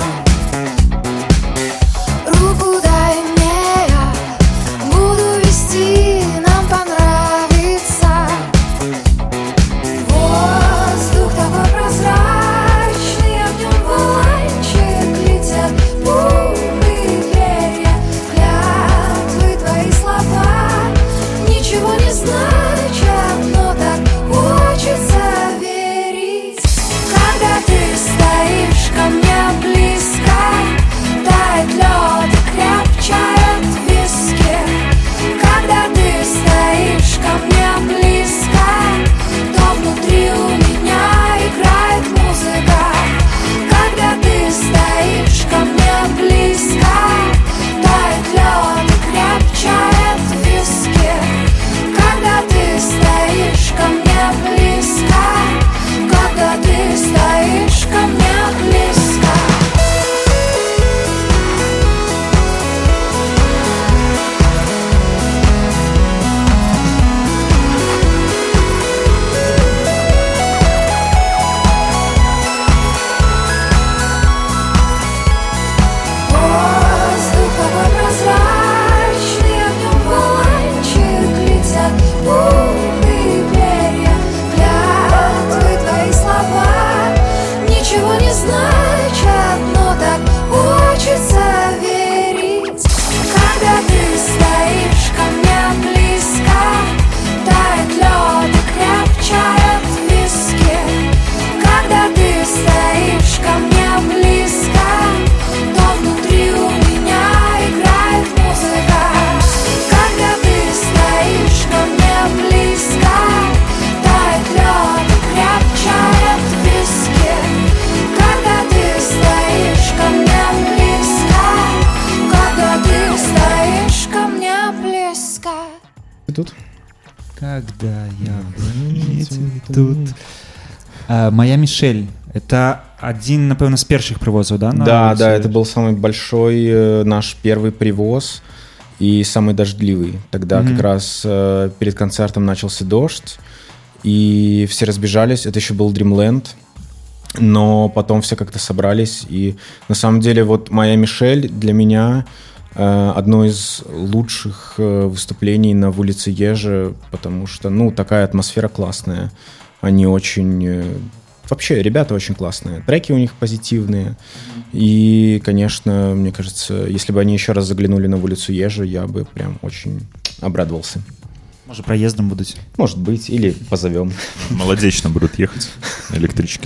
Руку дай мне, я буду вести, нам понравится. Воздух такой прозрачный, а в нем валанчик летят бурые перья. Клятвы твои слова ничего не значат, но так хочется верить. Когда ты стоишь ко мне близко, тает лед и крепчает виски. Когда ты стоишь ко мне близко, то внутри у меня играет музыка. Когда ты стоишь ко мне близко, тает лед и крепчает виски. Когда ты стоишь ко мне близко, когда ты стоишь ко мне близко. Воздух такой прозрачный, а в нем валанчик летят бурые перья. Клятвы твои слова ничего не значат, но так хочется верить. Когда ты стоишь ко мне близко, тает лед и крепчает виски. Когда ты стоишь ко мне близко, то внутри у меня играет музыка. Когда ты стоишь ко мне близко, тает лед и крепчает виски. Когда ты стоишь ко мне близко, когда ты стоишь ко мне близко.
Ты тут?
Когда я тут. Моя Мішэль. Это один, напевно, з перших привозів, да?
Да, это был самый большой наш первый привоз и самый дождливый. Тогда как раз перед концертом начался дождь, и все разбежались. Это еще был Dreamland, но потом все как-то собрались. И на самом деле вот «Моя Мішэль» для меня одно из лучших выступлений на улице Ежи, потому что, ну, такая атмосфера классная. Они очень... Вообще, ребята очень классные. Треки у них позитивные. И, конечно, мне кажется, если бы они еще раз заглянули на улицу Ежи, я бы прям очень обрадовался.
Может, проездом будут?
Может быть, или позовем.
Молодечно будут ехать на электричке.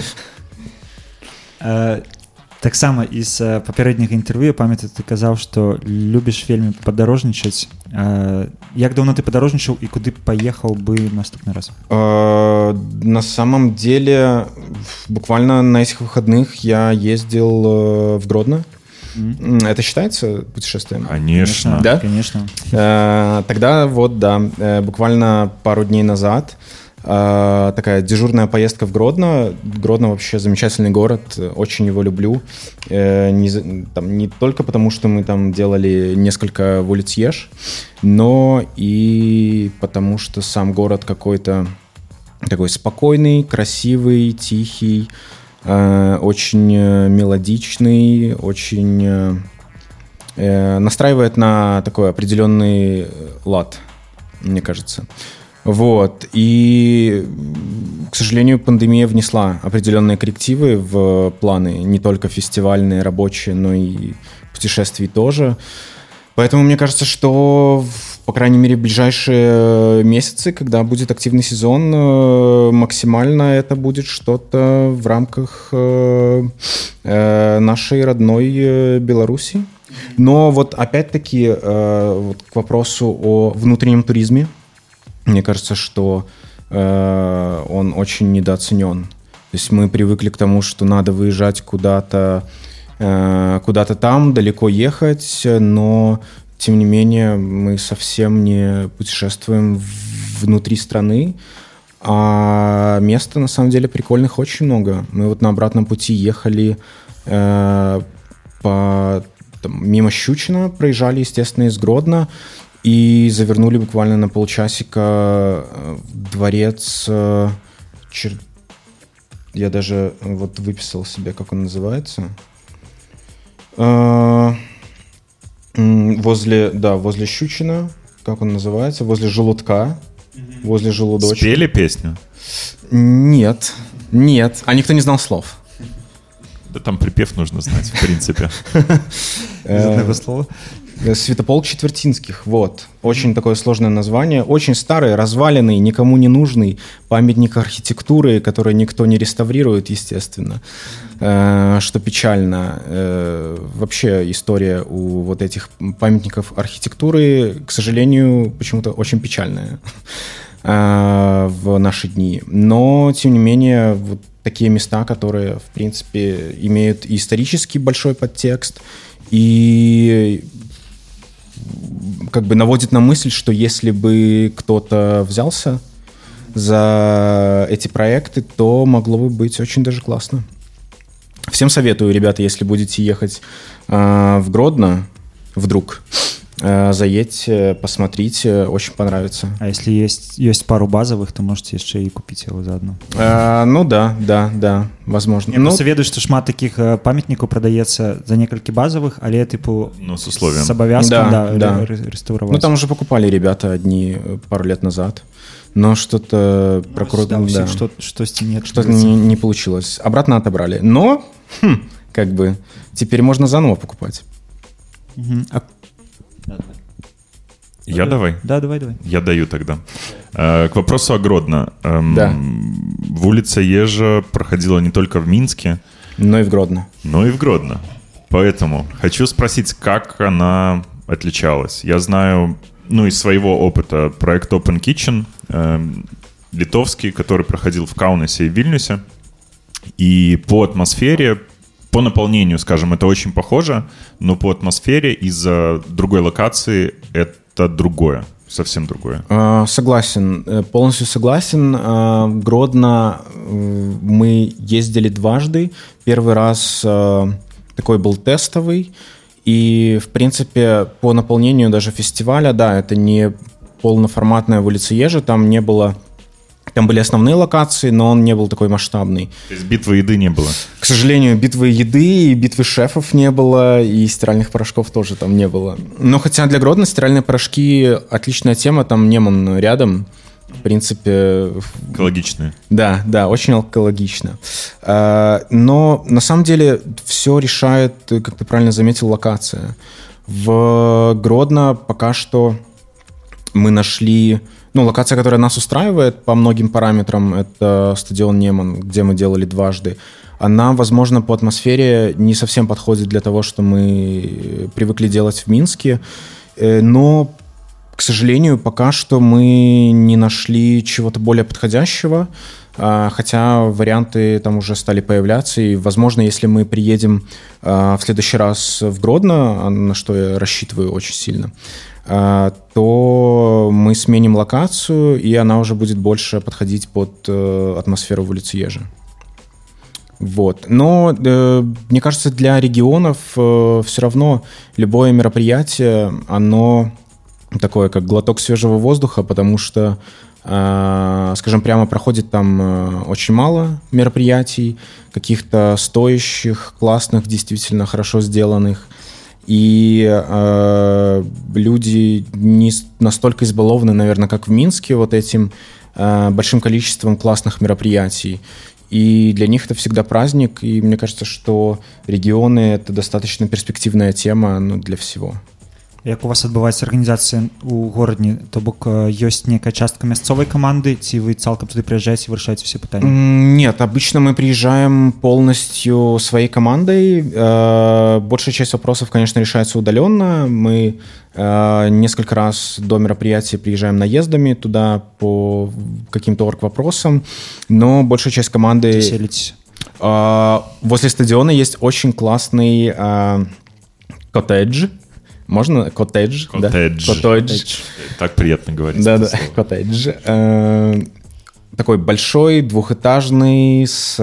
Таксама из папярэдняга інтэрв'ю, я памятаю, ты казаў, што любіш вельмі падарожнічаць. Як даўно ты падарожнічаў і куды паехаў бы наступны раз?
На самом деле, буквально на этих выходных я ездил в Гродно. Это считается путешествием?
Конечно.
Да?
Конечно.
Тогда вот, да, буквально пару дней назад такая дежурная поездка в Гродно. Гродно вообще замечательный город, очень его люблю. Не только потому, что мы там делали несколько вулиц-еш, но и потому, что сам город какой-то такой спокойный, красивый, тихий, очень мелодичный, очень настраивает на такой определенный лад, мне кажется. Вот. И, к сожалению, пандемия внесла определенные коррективы в планы, не только фестивальные, рабочие, но и путешествий тоже. Поэтому мне кажется, что, по крайней мере, в ближайшие месяцы, когда будет активный сезон, максимально это будет что-то в рамках нашей родной Беларуси. Но вот опять-таки вот к вопросу о внутреннем туризме. Мне кажется, что он очень недооценен. То есть мы привыкли к тому, что надо выезжать куда-то там, далеко ехать, но, тем не менее, мы совсем не путешествуем внутри страны, а мест, на самом деле, прикольных очень много. Мы вот на обратном пути ехали мимо Щучина, проезжали, естественно, из Гродно, и завернули буквально на полчасика в дворец. Я даже вот выписал себе, как он называется. Возле Щучина, как он называется, возле желудка, возле желудочка.
Спели песню?
Нет. А никто не знал слов.
Да там припев нужно знать, в принципе.
Из одного слова.
Святополк Четвертинских, вот. Очень такое сложное название. Очень старый, разваленный, никому не нужный памятник архитектуры, который никто не реставрирует, естественно. Что печально. Вообще история у вот этих памятников архитектуры, к сожалению, почему-то очень печальная в наши дни. Но, тем не менее, вот такие места, которые, в принципе, имеют и исторический большой подтекст, и как бы наводит на мысль, что если бы кто-то взялся за эти проекты, то могло бы быть очень даже классно. Всем советую, ребята, если будете ехать в Гродно вдруг, заедьте, посмотрите, очень понравится.
А если есть пару базовых, то можете еще и купить его заодно.
Ну да, возможно.
Я просто ведаю, что шмат таких памятников продаецца за некалькі базовых, але типу
с условием.
С обовязком,
да.
реставровать.
Ну там уже покупали ребята одни пару лет назад, но что-то что-то не получилось. Обратно отобрали. Но как бы теперь можно заново покупать.
Давай?
Да, давай.
Я даю тогда. К вопросу о Гродно.
Да.
Улица Ежа проходила не только в Минске,
но и в Гродно.
Поэтому хочу спросить, как она отличалась. Я знаю, из своего опыта, проект Open Kitchen, литовский, который проходил в Каунасе и Вильнюсе. И по атмосфере, по наполнению, скажем, это очень похоже, но по атмосфере из-за другой локации это другое, совсем другое.
Согласен, полностью согласен. Гродно мы ездили дважды. Первый раз такой был тестовый. И, в принципе, по наполнению даже фестиваля, да, это не полноформатная улица Ежи, там не было... Там были основные локации, но он не был такой масштабный.
То есть битвы еды не было?
К сожалению, битвы еды и битвы шефов не было, и стиральных порошков тоже там не было. Но хотя для Гродно стиральные порошки отличная тема, там Неман рядом. В принципе...
Экологичные.
Да, очень экологично. Но на самом деле все решает, как ты правильно заметил, локация. В Гродно пока что мы нашли... локация, которая нас устраивает по многим параметрам, это стадион Неман, где мы делали дважды. Она, возможно, по атмосфере не совсем подходит для того, что мы привыкли делать в Минске, но, к сожалению, пока что мы не нашли чего-то более подходящего. хотя варианты там уже стали появляться, и, возможно, если мы приедем в следующий раз в Гродно, на что я рассчитываю очень сильно, то мы сменим локацию, и она уже будет больше подходить под атмосферу в улице Ежи. Вот. Но, мне кажется, для регионов все равно любое мероприятие, оно такое, как глоток свежего воздуха, потому что, скажем прямо, проходит там очень мало мероприятий, каких-то стоящих, классных, действительно хорошо сделанных. И люди не настолько избалованы, наверное, как в Минске, вот этим большим количеством классных мероприятий. И для них это всегда праздник, и мне кажется, что регионы — это достаточно перспективная тема, ну, для всего.
Як у вас адбываецца арганізацыя ў горадні, то бок ёсць некая частка мясцовай каманды, ці вы цалкам туды прыязджаеце, вырашаеце все пытанні?
Нет, обычно мы приезжаем полностью своей командой. Большая часть вопросов, конечно, решается удаленно. Мы несколько раз до мероприятия приезжаем наездами туда по каким-то орг-вопросам, но большая часть команды...
Селитесь?
Возле стадиона есть очень классный коттедж. Можно? Коттедж?
Коттедж.
Да? Коттедж.
Так приятно говорить.
Да, коттедж. Такой большой, двухэтажный, с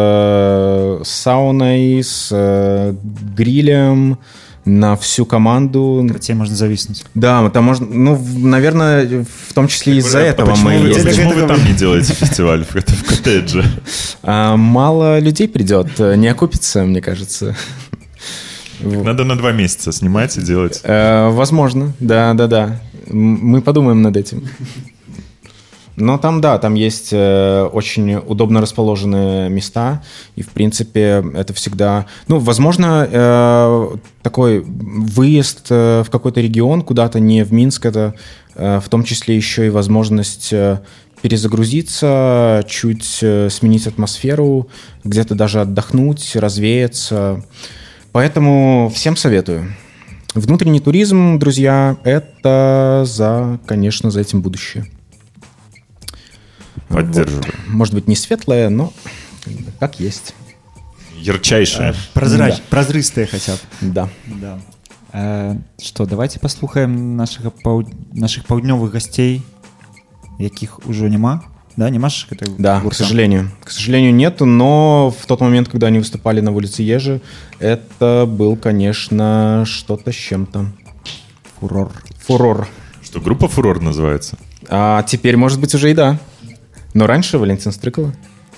сауной, с грилем на всю команду.
Тебе можно зависнуть.
Да, там можно, ну, наверное, в том числе из-за этого мы ездим.
Почему вы там не делаете фестиваль в коттедже?
Мало людей придет, не окупится, мне кажется.
Надо на 2 месяца снимать и делать.
Возможно, да. Мы подумаем над этим. Но там, да, там есть очень удобно расположенные места, и, в принципе, это всегда... Ну, возможно, такой выезд в какой-то регион куда-то, не в Минск, это в том числе еще и возможность перезагрузиться, чуть сменить атмосферу, где-то даже отдохнуть, развеяться. Поэтому всем советую. Внутренний туризм, друзья, это, конечно, за этим будущее.
Поддерживаю.
Вот. Может быть, не светлое, но как есть.
Ярчайшее.
Празрыстые хотя бы.
Да.
Что, давайте послухаем наших паўднёвых гостей, якіх ужо няма. Да, не Маша?
Да, к сожалению. К сожалению, нету, но в тот момент, когда они выступали на улице Ежи, это был, конечно, что-то с чем-то. Фурор.
Что, группа «Фурор» называется?
А теперь, может быть, уже и да. Но раньше Валентина Стрыкова.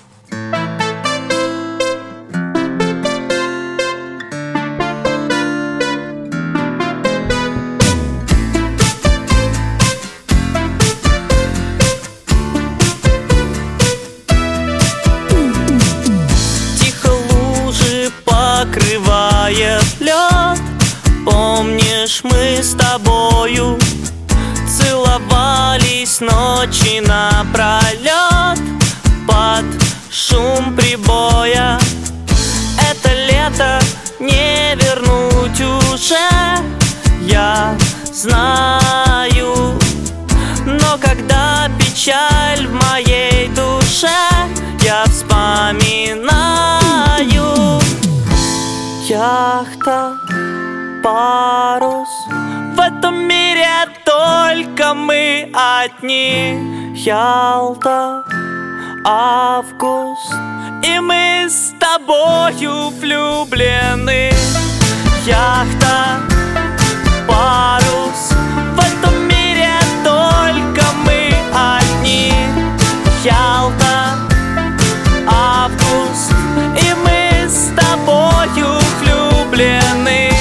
Помнишь, мы с тобою целовались ночи напролет под шум прибоя. Это лето не вернуть уже, я знаю. Но когда печаль в моей душе, я вспоминаю. Яхта, парус, в этом мире только мы одни. Ялта, август, и мы с тобою влюблены. Яхта, парус, в этом мире только мы одни. Ялта, август, и мы с тобою влюблены.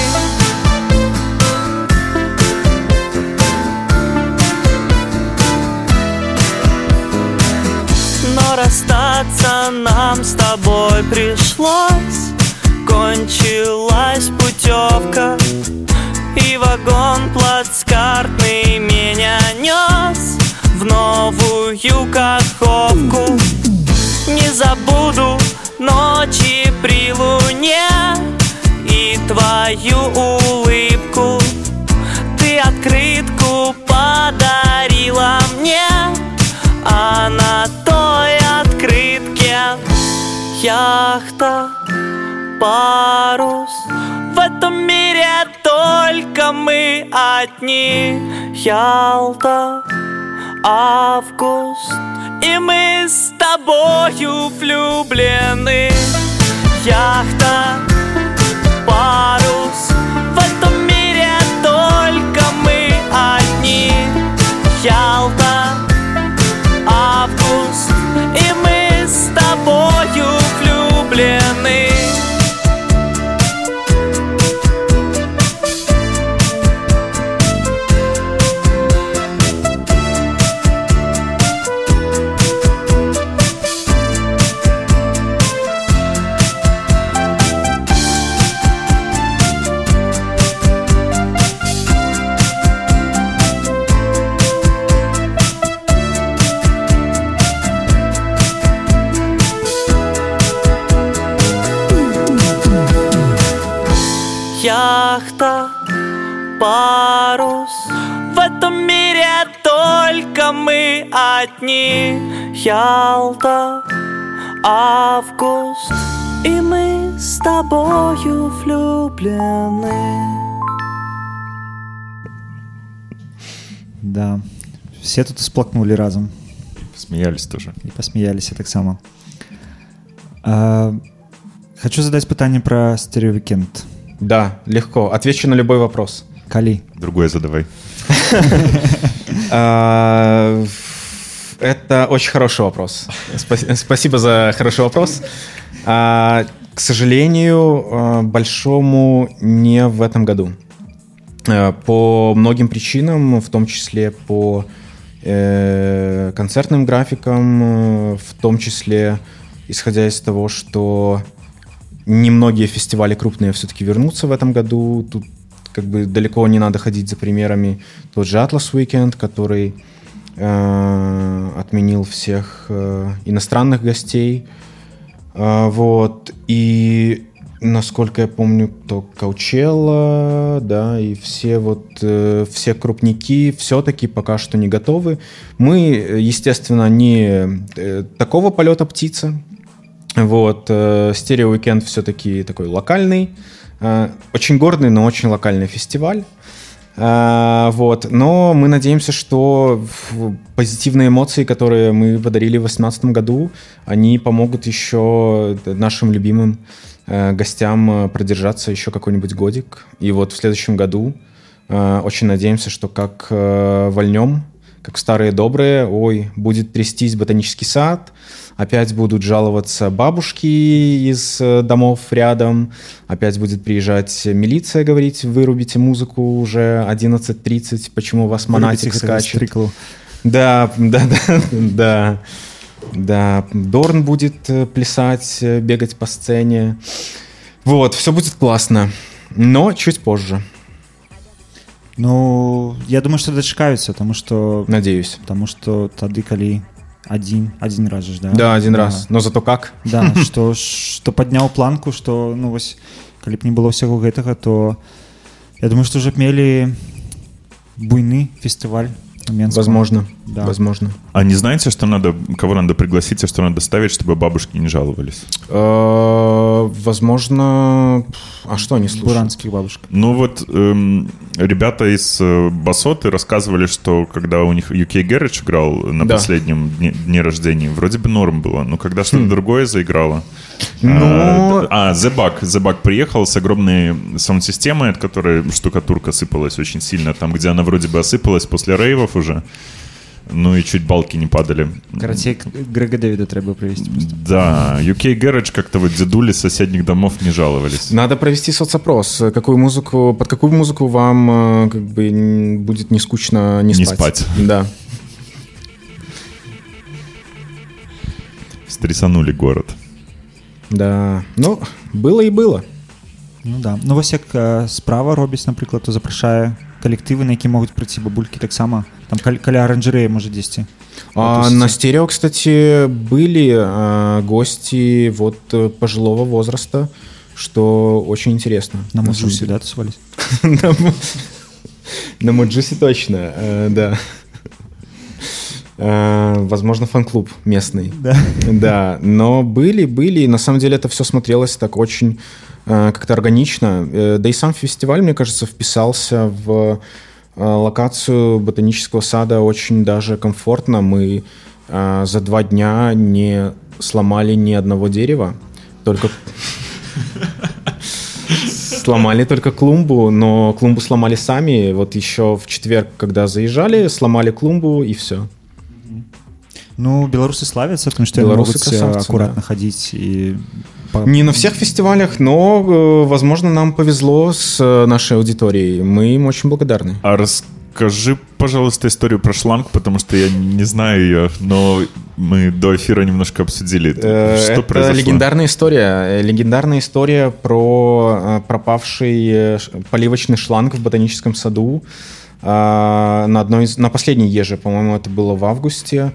Расстаться нам с тобой пришлось. Кончилась путевка, и вагон плацкартный меня нес в новую Каховку. Не забуду ночи при луне и твою улыбку. Ты открытку подарила мне, а на той открытке яхта, парус. В этом мире только мы одни. Ялта, август, и мы с тобою влюблены. Яхта, парус. В этом мире только мы одни. Ялта, август, и мы с тобою влюблены. Яхта, парус. В этом мире только мы одни. Ялта, август, и мы с тобою влюблены.
Да. Все тут сплакнули разом.
Смеялись тоже.
І посміялися так само. Хочу задать питание про стереовикенд.
Да, легко. Отвечу на любой вопрос.
Калі?
Другое задавай.
Это очень хороший вопрос. Спасибо за хороший вопрос. К сожалению, большому не в этом году. По многим причинам, в том числе по концертным графикам, в том числе исходя из того, что немногие фестивали крупные все-таки вернутся в этом году. Тут как бы далеко не надо ходить за примерами. Тот же Atlas Weekend, который отменил всех иностранных гостей. Вот. И, насколько я помню, то Coachella, да, и все все крупники все-таки пока что не готовы. Мы, естественно, не такого полета птица. Вот. Stereo Weekend все-таки такой локальный, очень гордый, но очень локальный фестиваль. Вот. Но мы надеемся, что позитивные эмоции, которые мы подарили в 2018 году, они помогут еще нашим любимым гостям продержаться еще какой-нибудь годик. И вот в следующем году очень надеемся, что как вольнем, как в старые добрые, будет трястись ботанический сад, опять будут жаловаться бабушки из домов рядом, опять будет приезжать милиция говорить: вырубите музыку уже 11:30, почему у вас монатик скачет. Да. Дорн будет плясать, бегать по сцене. Вот, все будет классно, но чуть позже.
Ну, я думаю, что дочекаются, потому что...
Надеюсь.
Потому что тады, калі один раз же, да?
Да, один раз, но зато как?
Да, что подняў планку, что, ну, вось, калі б не было ўсяго гэтага, то я думаю, что уже б мелі буйны фестиваль.
Возможно,
да.
Возможно.
А не знаете, что надо, кого надо пригласить, а что надо ставить, чтобы бабушки не жаловались?
Возможно. А что они слушают?
Буранских бабушек.
Ну вот ребята из Басоты рассказывали, что когда у них UK Garage играл на последнем дне рождения, вроде бы норм было, но когда что-то другое заиграло... The Bug приехал с огромной саунд-системой, от которой штукатурка сыпалась очень сильно, там, где она вроде бы осыпалась после рейвов уже. Ну и чуть балки не падали.
Короче, Грега Дэвида треба привезти просто.
Да, UK Garage как-то вот дедули с соседних домов не жаловались.
Надо провести соцопрос. Под какую музыку вам как бы будет не скучно не спать. Да.
Стрясанули город.
Да, ну, было і было.
Ну да. Ну вось як справа робіць, напрыклад, то запрашае калектывы, на які могуць прыйти бабулькі таксама. Там каля оранжереи, может, 10.
На стерео, кстати, были гости вот пожилого возраста, что очень интересно.
На Моджусе, да, тусовались?
На Моджусе точно, да. Возможно, фан-клуб местный.
Да.
Да, но были, и на самом деле это все смотрелось так очень как-то органично. Да и сам фестиваль, мне кажется, вписался в локацию ботанического сада очень даже комфортно. Мы за 2 дня не сломали ни одного дерева, только сломали только клумбу, но клумбу сломали сами. Вот еще в четверг, когда заезжали, сломали клумбу и все.
Ну, белорусы славятся, потому что
Белорусы
могут
красавцы,
аккуратно
да.
ходить и...
Не на всех фестивалях, но, возможно, нам повезло с нашей аудиторией. Мы им очень благодарны.
А расскажи, пожалуйста, историю про шланг, потому что я не знаю ее, но мы до эфира немножко обсудили. Что
Это
произошло?
легендарная история. Легендарная история про пропавший поливочный шланг в ботаническом саду. На последней еже, по-моему, это было в августе.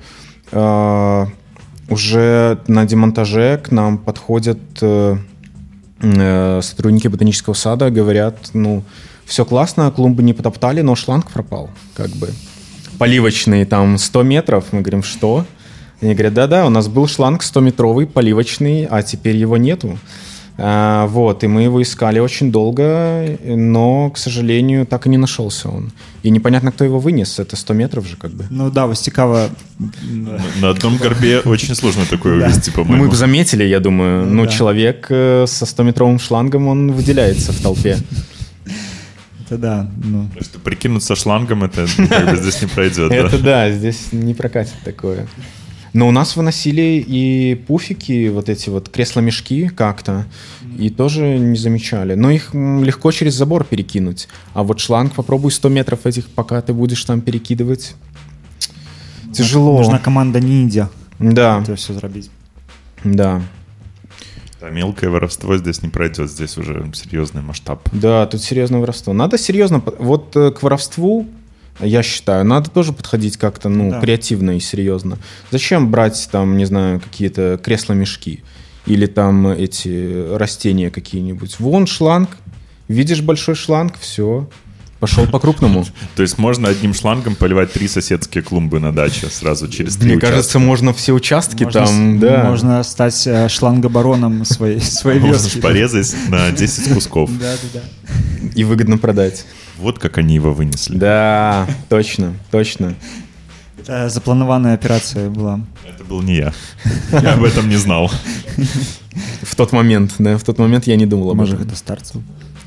Уже на демонтаже к нам подходят сотрудники ботанического сада, говорят, ну, все классно, клумбы не потоптали, но шланг пропал, как бы. Поливочный, там, 100 метров. Мы говорим, что? Они говорят, да-да, у нас был шланг 100-метровый, поливочный, а теперь его нету. Вот, и мы его искали очень долго, но, к сожалению, так и не нашелся он. И непонятно, кто его вынес, это 100 метров же, как бы.
Ну да, вось цікава...
На одном горбе очень сложно такое увезти,
Ну,
по-моему.
мы бы заметили, я думаю. Ну,
да.
человек со 100-метровым шлангом, он выделяется в толпе.
Это да, ну...
Потому что прикинуться шлангом, это как бы здесь не пройдет, да?
Это да, здесь не прокатит такое. Но у нас выносили и пуфики, вот эти вот кресла-мешки как-то, и тоже не замечали. Но их легко через забор перекинуть. А вот шланг попробуй 100 метров этих, пока ты будешь там перекидывать. Тяжело.
Нужна команда ниндзя.
Да,
Это все зрабіць.
да.
Да, мелкое воровство здесь не пройдет, здесь уже серьезный масштаб.
Да, тут серьезное воровство. Надо серьезно... Вот к воровству, я считаю, надо тоже подходить как-то, ну,
Да.
креативно и серьезно. Зачем брать там, не знаю, какие-то кресла-мешки или там эти растения какие-нибудь? Вон шланг, видишь большой шланг, все, пошел по-крупному.
То есть можно одним шлангом поливать 3 соседские клумбы на даче сразу через 3
Мне
участка.
кажется, можно все участки там, да.
Можно стать шлангобароном своей
Можно
вёски.
ж порезать на 10 кусков.
Да.
И выгодно продать.
Вот как они его вынесли.
Да, точно, точно.
Запланованная операция была.
Это был не я. Я об этом не знал.
В тот момент, да, в тот момент я не думал об
Можа
этом.
гэта старцаў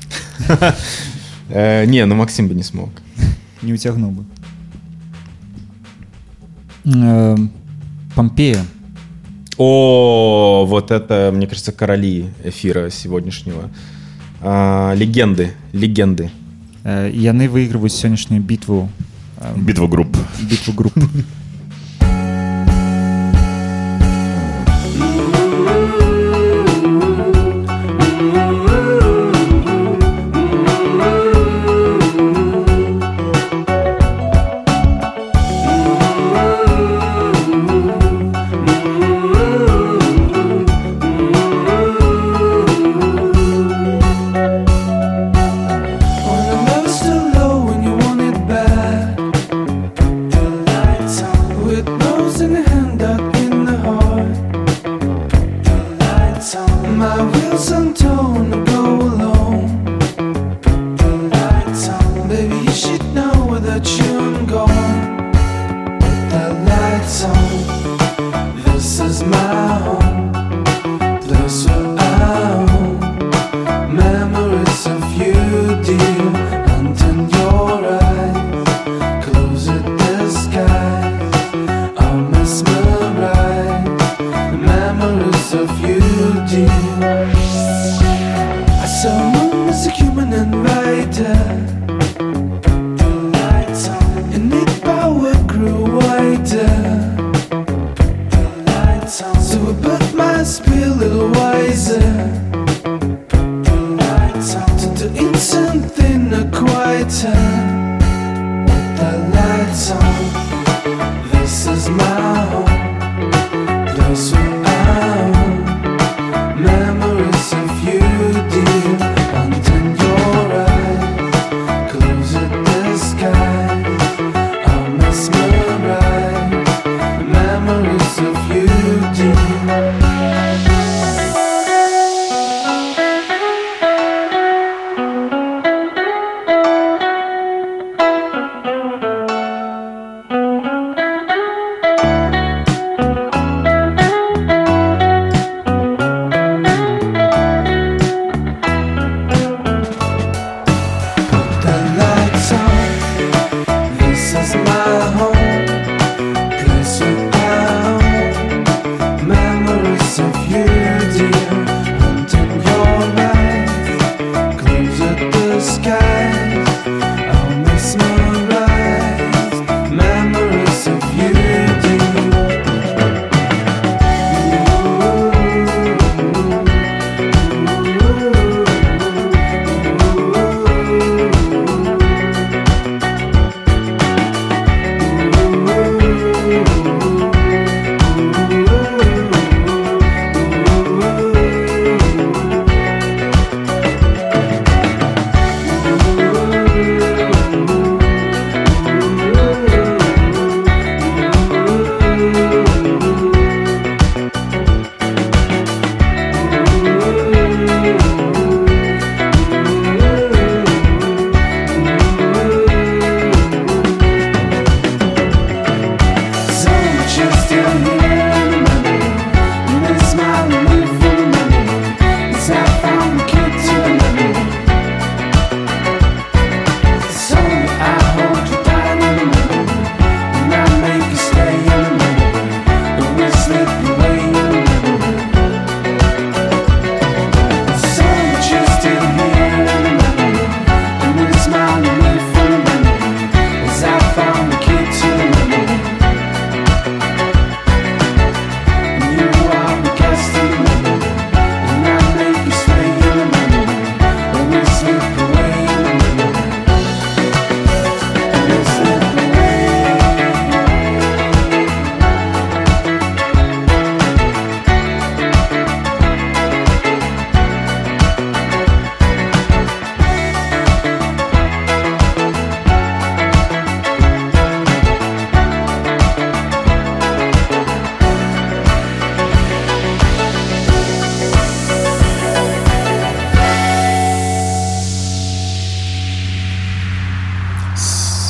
Не, ну Максим бы не смог.
не уцягнуў бы. Помпея.
О, вот это, мне кажется, короли эфира сегодняшнего. Легенды.
Яны выигрываюць сённяшнюю бітву
Битва групп.
груп.
On the love still low when you want it bad. The lights on with nose in the hand, up in the heart. The lights on, my wheels on tone to go alone. The lights on, baby you should know without you I'm gone. With the lights on, this is my home. Place where I own memories of you, dear, under your eyes. Close it, disguise. I'll mesmerize. Memories of you, dear. I saw moon as a human invader. The lights on, and its power grew wider. The lights on, so I put my speed a little wiser. To instant thinner, quieter. With the lights on, this is my home. Place where I own memories of you, dear. Under your eyes,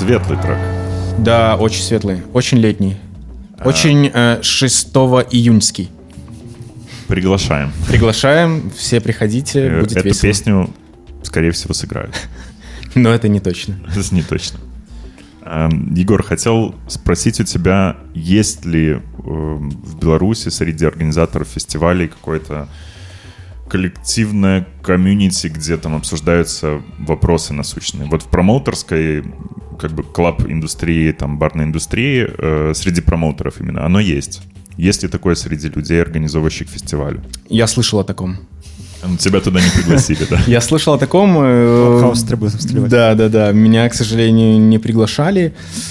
светлый трек.
Да, очень светлый, очень летний. Очень 6 июньский.
Приглашаем.
Приглашаем, все приходите, будет
Эту
весело.
песню, скорее всего, сыграют.
Но это не точно.
Это не точно. Егор, хотел спросить у тебя, есть ли в Беларуси среди организаторов фестивалей какое-то коллективное комьюнити, где там обсуждаются вопросы насущные. Вот в промоутерской, как бы, клаб-индустрии, там, барной индустрии, среди промоутеров именно, оно есть. Есть ли такое среди людей, организовывающих фестивали?
Я слышал о таком.
Тебя туда не пригласили, да?
Я слышал о таком.
Хаос требует встревать.
Да. Меня, к сожалению, не приглашали.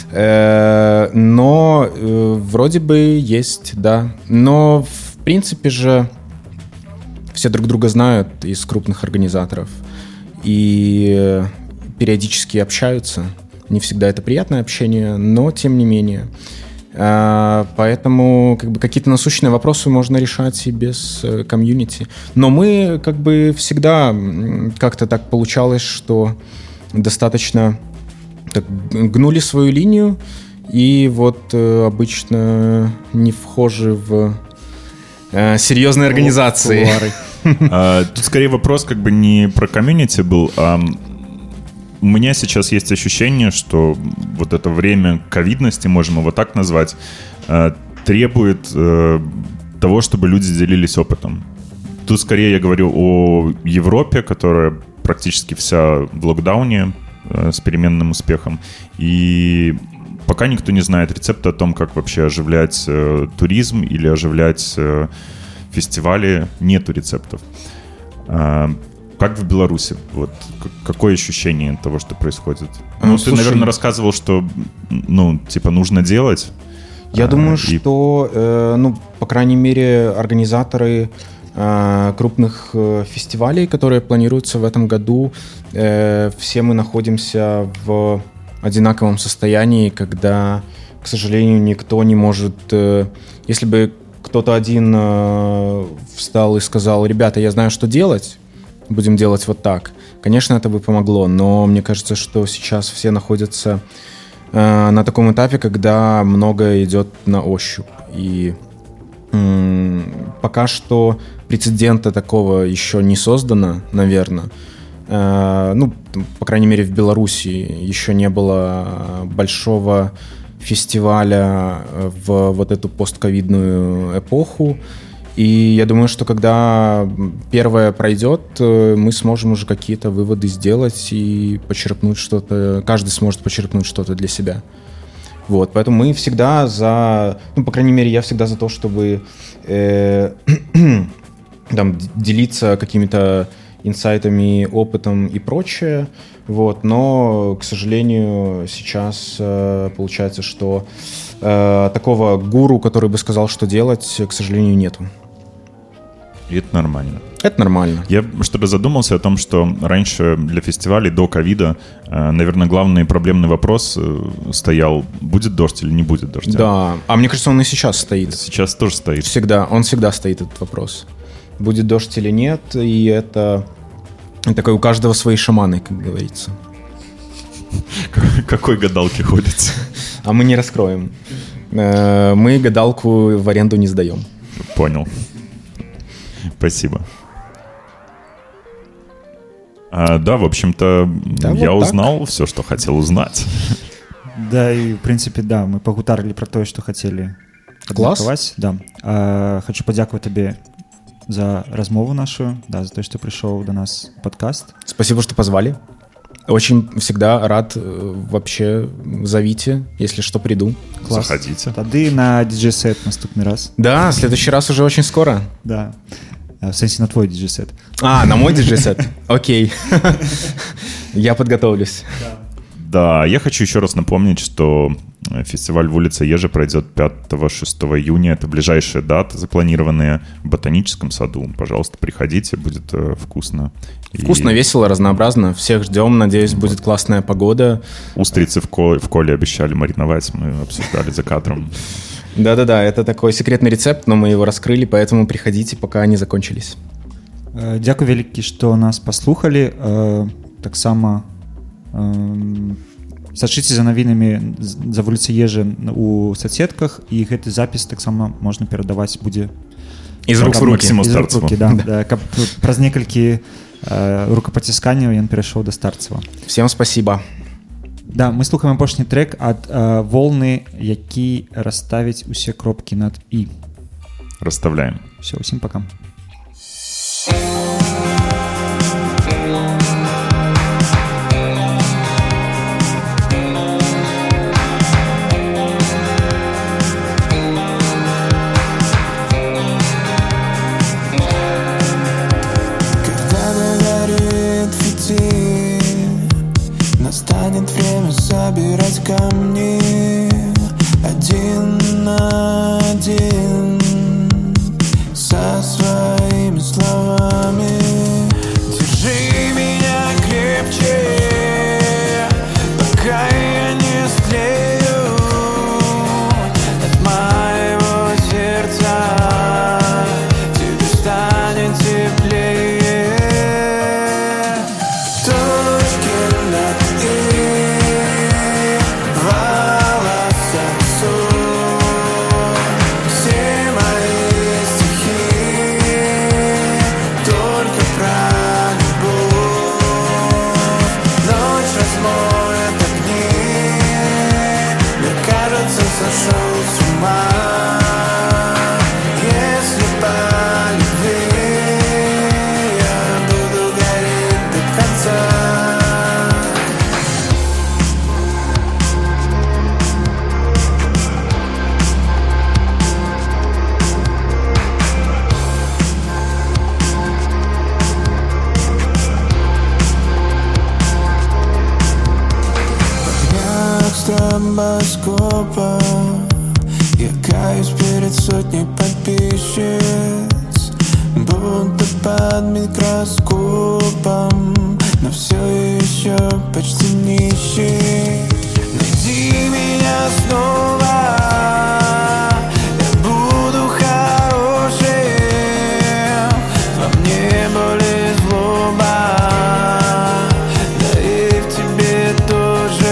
Но вроде бы есть, да. Но, в принципе же, все друг друга знают из крупных организаторов. И периодически общаются. Не всегда это приятное общение, но тем не менее. Поэтому как бы какие-то насущные вопросы можно решать и без комьюнити. Но мы как бы всегда как-то так получалось, что достаточно так гнули свою линию и вот обычно не вхожи в серьезные организации.
Тут скорее вопрос как бы не про комьюнити был, а у меня сейчас есть ощущение, что вот это время ковидности, можем его так назвать, требует того, чтобы люди делились опытом. Тут скорее я говорю о Европе, которая практически вся в локдауне с переменным успехом. И пока никто не знает рецепта о том, как вообще оживлять туризм или оживлять фестивали, нету рецептов. Как в Беларуси? Вот какое ощущение того, что происходит? Ну, ты, наверное, рассказывал, что, нужно делать.
Я думаю, что, по крайней мере, организаторы крупных фестивалей, которые планируются в этом году, все мы находимся в одинаковом состоянии, когда, к сожалению, никто не может... Если бы кто-то один встал и сказал: ребята, я знаю, что делать, будем делать вот так. Конечно, это бы помогло, но мне кажется, что сейчас все находятся на таком этапе, когда многое идет на ощупь. И пока что прецедента такого еще не создано, наверное. По крайней мере, в Беларуси еще не было большого фестиваля в вот эту постковидную эпоху. И я думаю, что когда первое пройдет, мы сможем уже какие-то выводы сделать и почерпнуть что-то. Каждый сможет почерпнуть что-то для себя. Вот, поэтому мы всегда за... по крайней мере, я всегда за то, чтобы делиться какими-то инсайтами, опытом и прочее. Вот, но, к сожалению, сейчас получается, что такого гуру, который бы сказал, что делать, к сожалению, нету.
И это нормально.
Это нормально.
Я что-то задумался о том, что раньше для фестивалей до ковида, наверное, главный проблемный вопрос стоял: будет дождь или не будет дождя.
Да, а мне кажется, он и сейчас стоит.
Сейчас тоже стоит.
Он всегда стоит, этот вопрос. Будет дождь или нет, и это такой у каждого свои шаманы, как говорится.
Какой гадалки ходите?
А мы не раскроем. Мы гадалку в аренду не сдаем.
Понял. Спасибо. Да, в общем-то, я вот узнал все, что хотел узнать.
Да, и, в принципе, да, мы погутарили про то, что хотели
Класс.
Да. Хочу подякувати тебе за размову нашу, да, за то, что пришел до нас в подкаст.
Спасибо, что позвали. Очень всегда рад. Вообще, зовите, если что, приду.
Класс.
Заходите.
Тады на диджей-сет наступный раз.
Да, в следующий раз уже очень скоро.
Да. В смысле, на твой диджей-сет.
На мой диджей-сет? Окей. Я подготовлюсь.
Да, я хочу еще раз напомнить, что фестиваль в улице Ежи пройдет 5-6 июня. Это ближайшие даты, запланированные в Ботаническом саду. Пожалуйста, приходите, будет вкусно.
Вкусно, весело, разнообразно. Всех ждем, надеюсь, будет классная погода.
Устрицы в коле обещали мариновать, мы обсуждали за кадром.
Да-да-да, это такой секретный рецепт, но мы его раскрыли, поэтому приходите, пока они закончились.
Дякую вялікі, што нас паслухалі. Таксама сачыце за навінамі за вуліцы ежы у соцсетках, і гэты запіс таксама можна перадаваць будзе
Из рук в руки.
Максиму Старцеву.
Да, каб праз некалькі рукапацісканняў ён перайшоў да Старцева.
Всем спасибо.
Да, мы слухаем апошні трек ад Волны, які расставіць усе кропкі над «і».
Расставляем.
Все, усім пока.
Настанет время собирать камни один на один со своими словами. Держи меня крепче, пока я не стлею от моего сердца. Тебе станет теплее. Точки над «и» в волосах соль. Все мои стихи только про любовь. Ночь размоет огни, мир, кажется, сошел с ума. Если по любви я буду гореть до конца. Стробоскопа я каюсь перед сотней подписчиц, будто под микроскопом, но все еще почти нищий. Найди меня снова, я буду хорошим, во мне боль и злоба, да и в тебе тоже.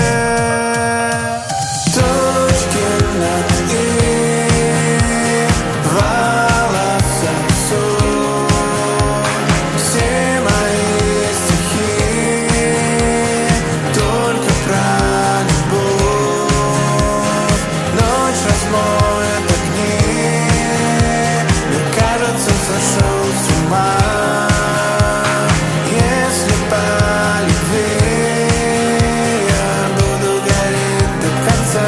Точки над «и» в волосах соль. Все мои стихи только про любовь. Ночь размоет огни, мир, кажется, сошел с ума. Если по любви я буду гореть до конца.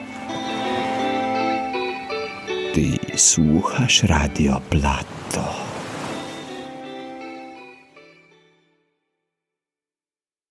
Ty słuchasz Radio Plato.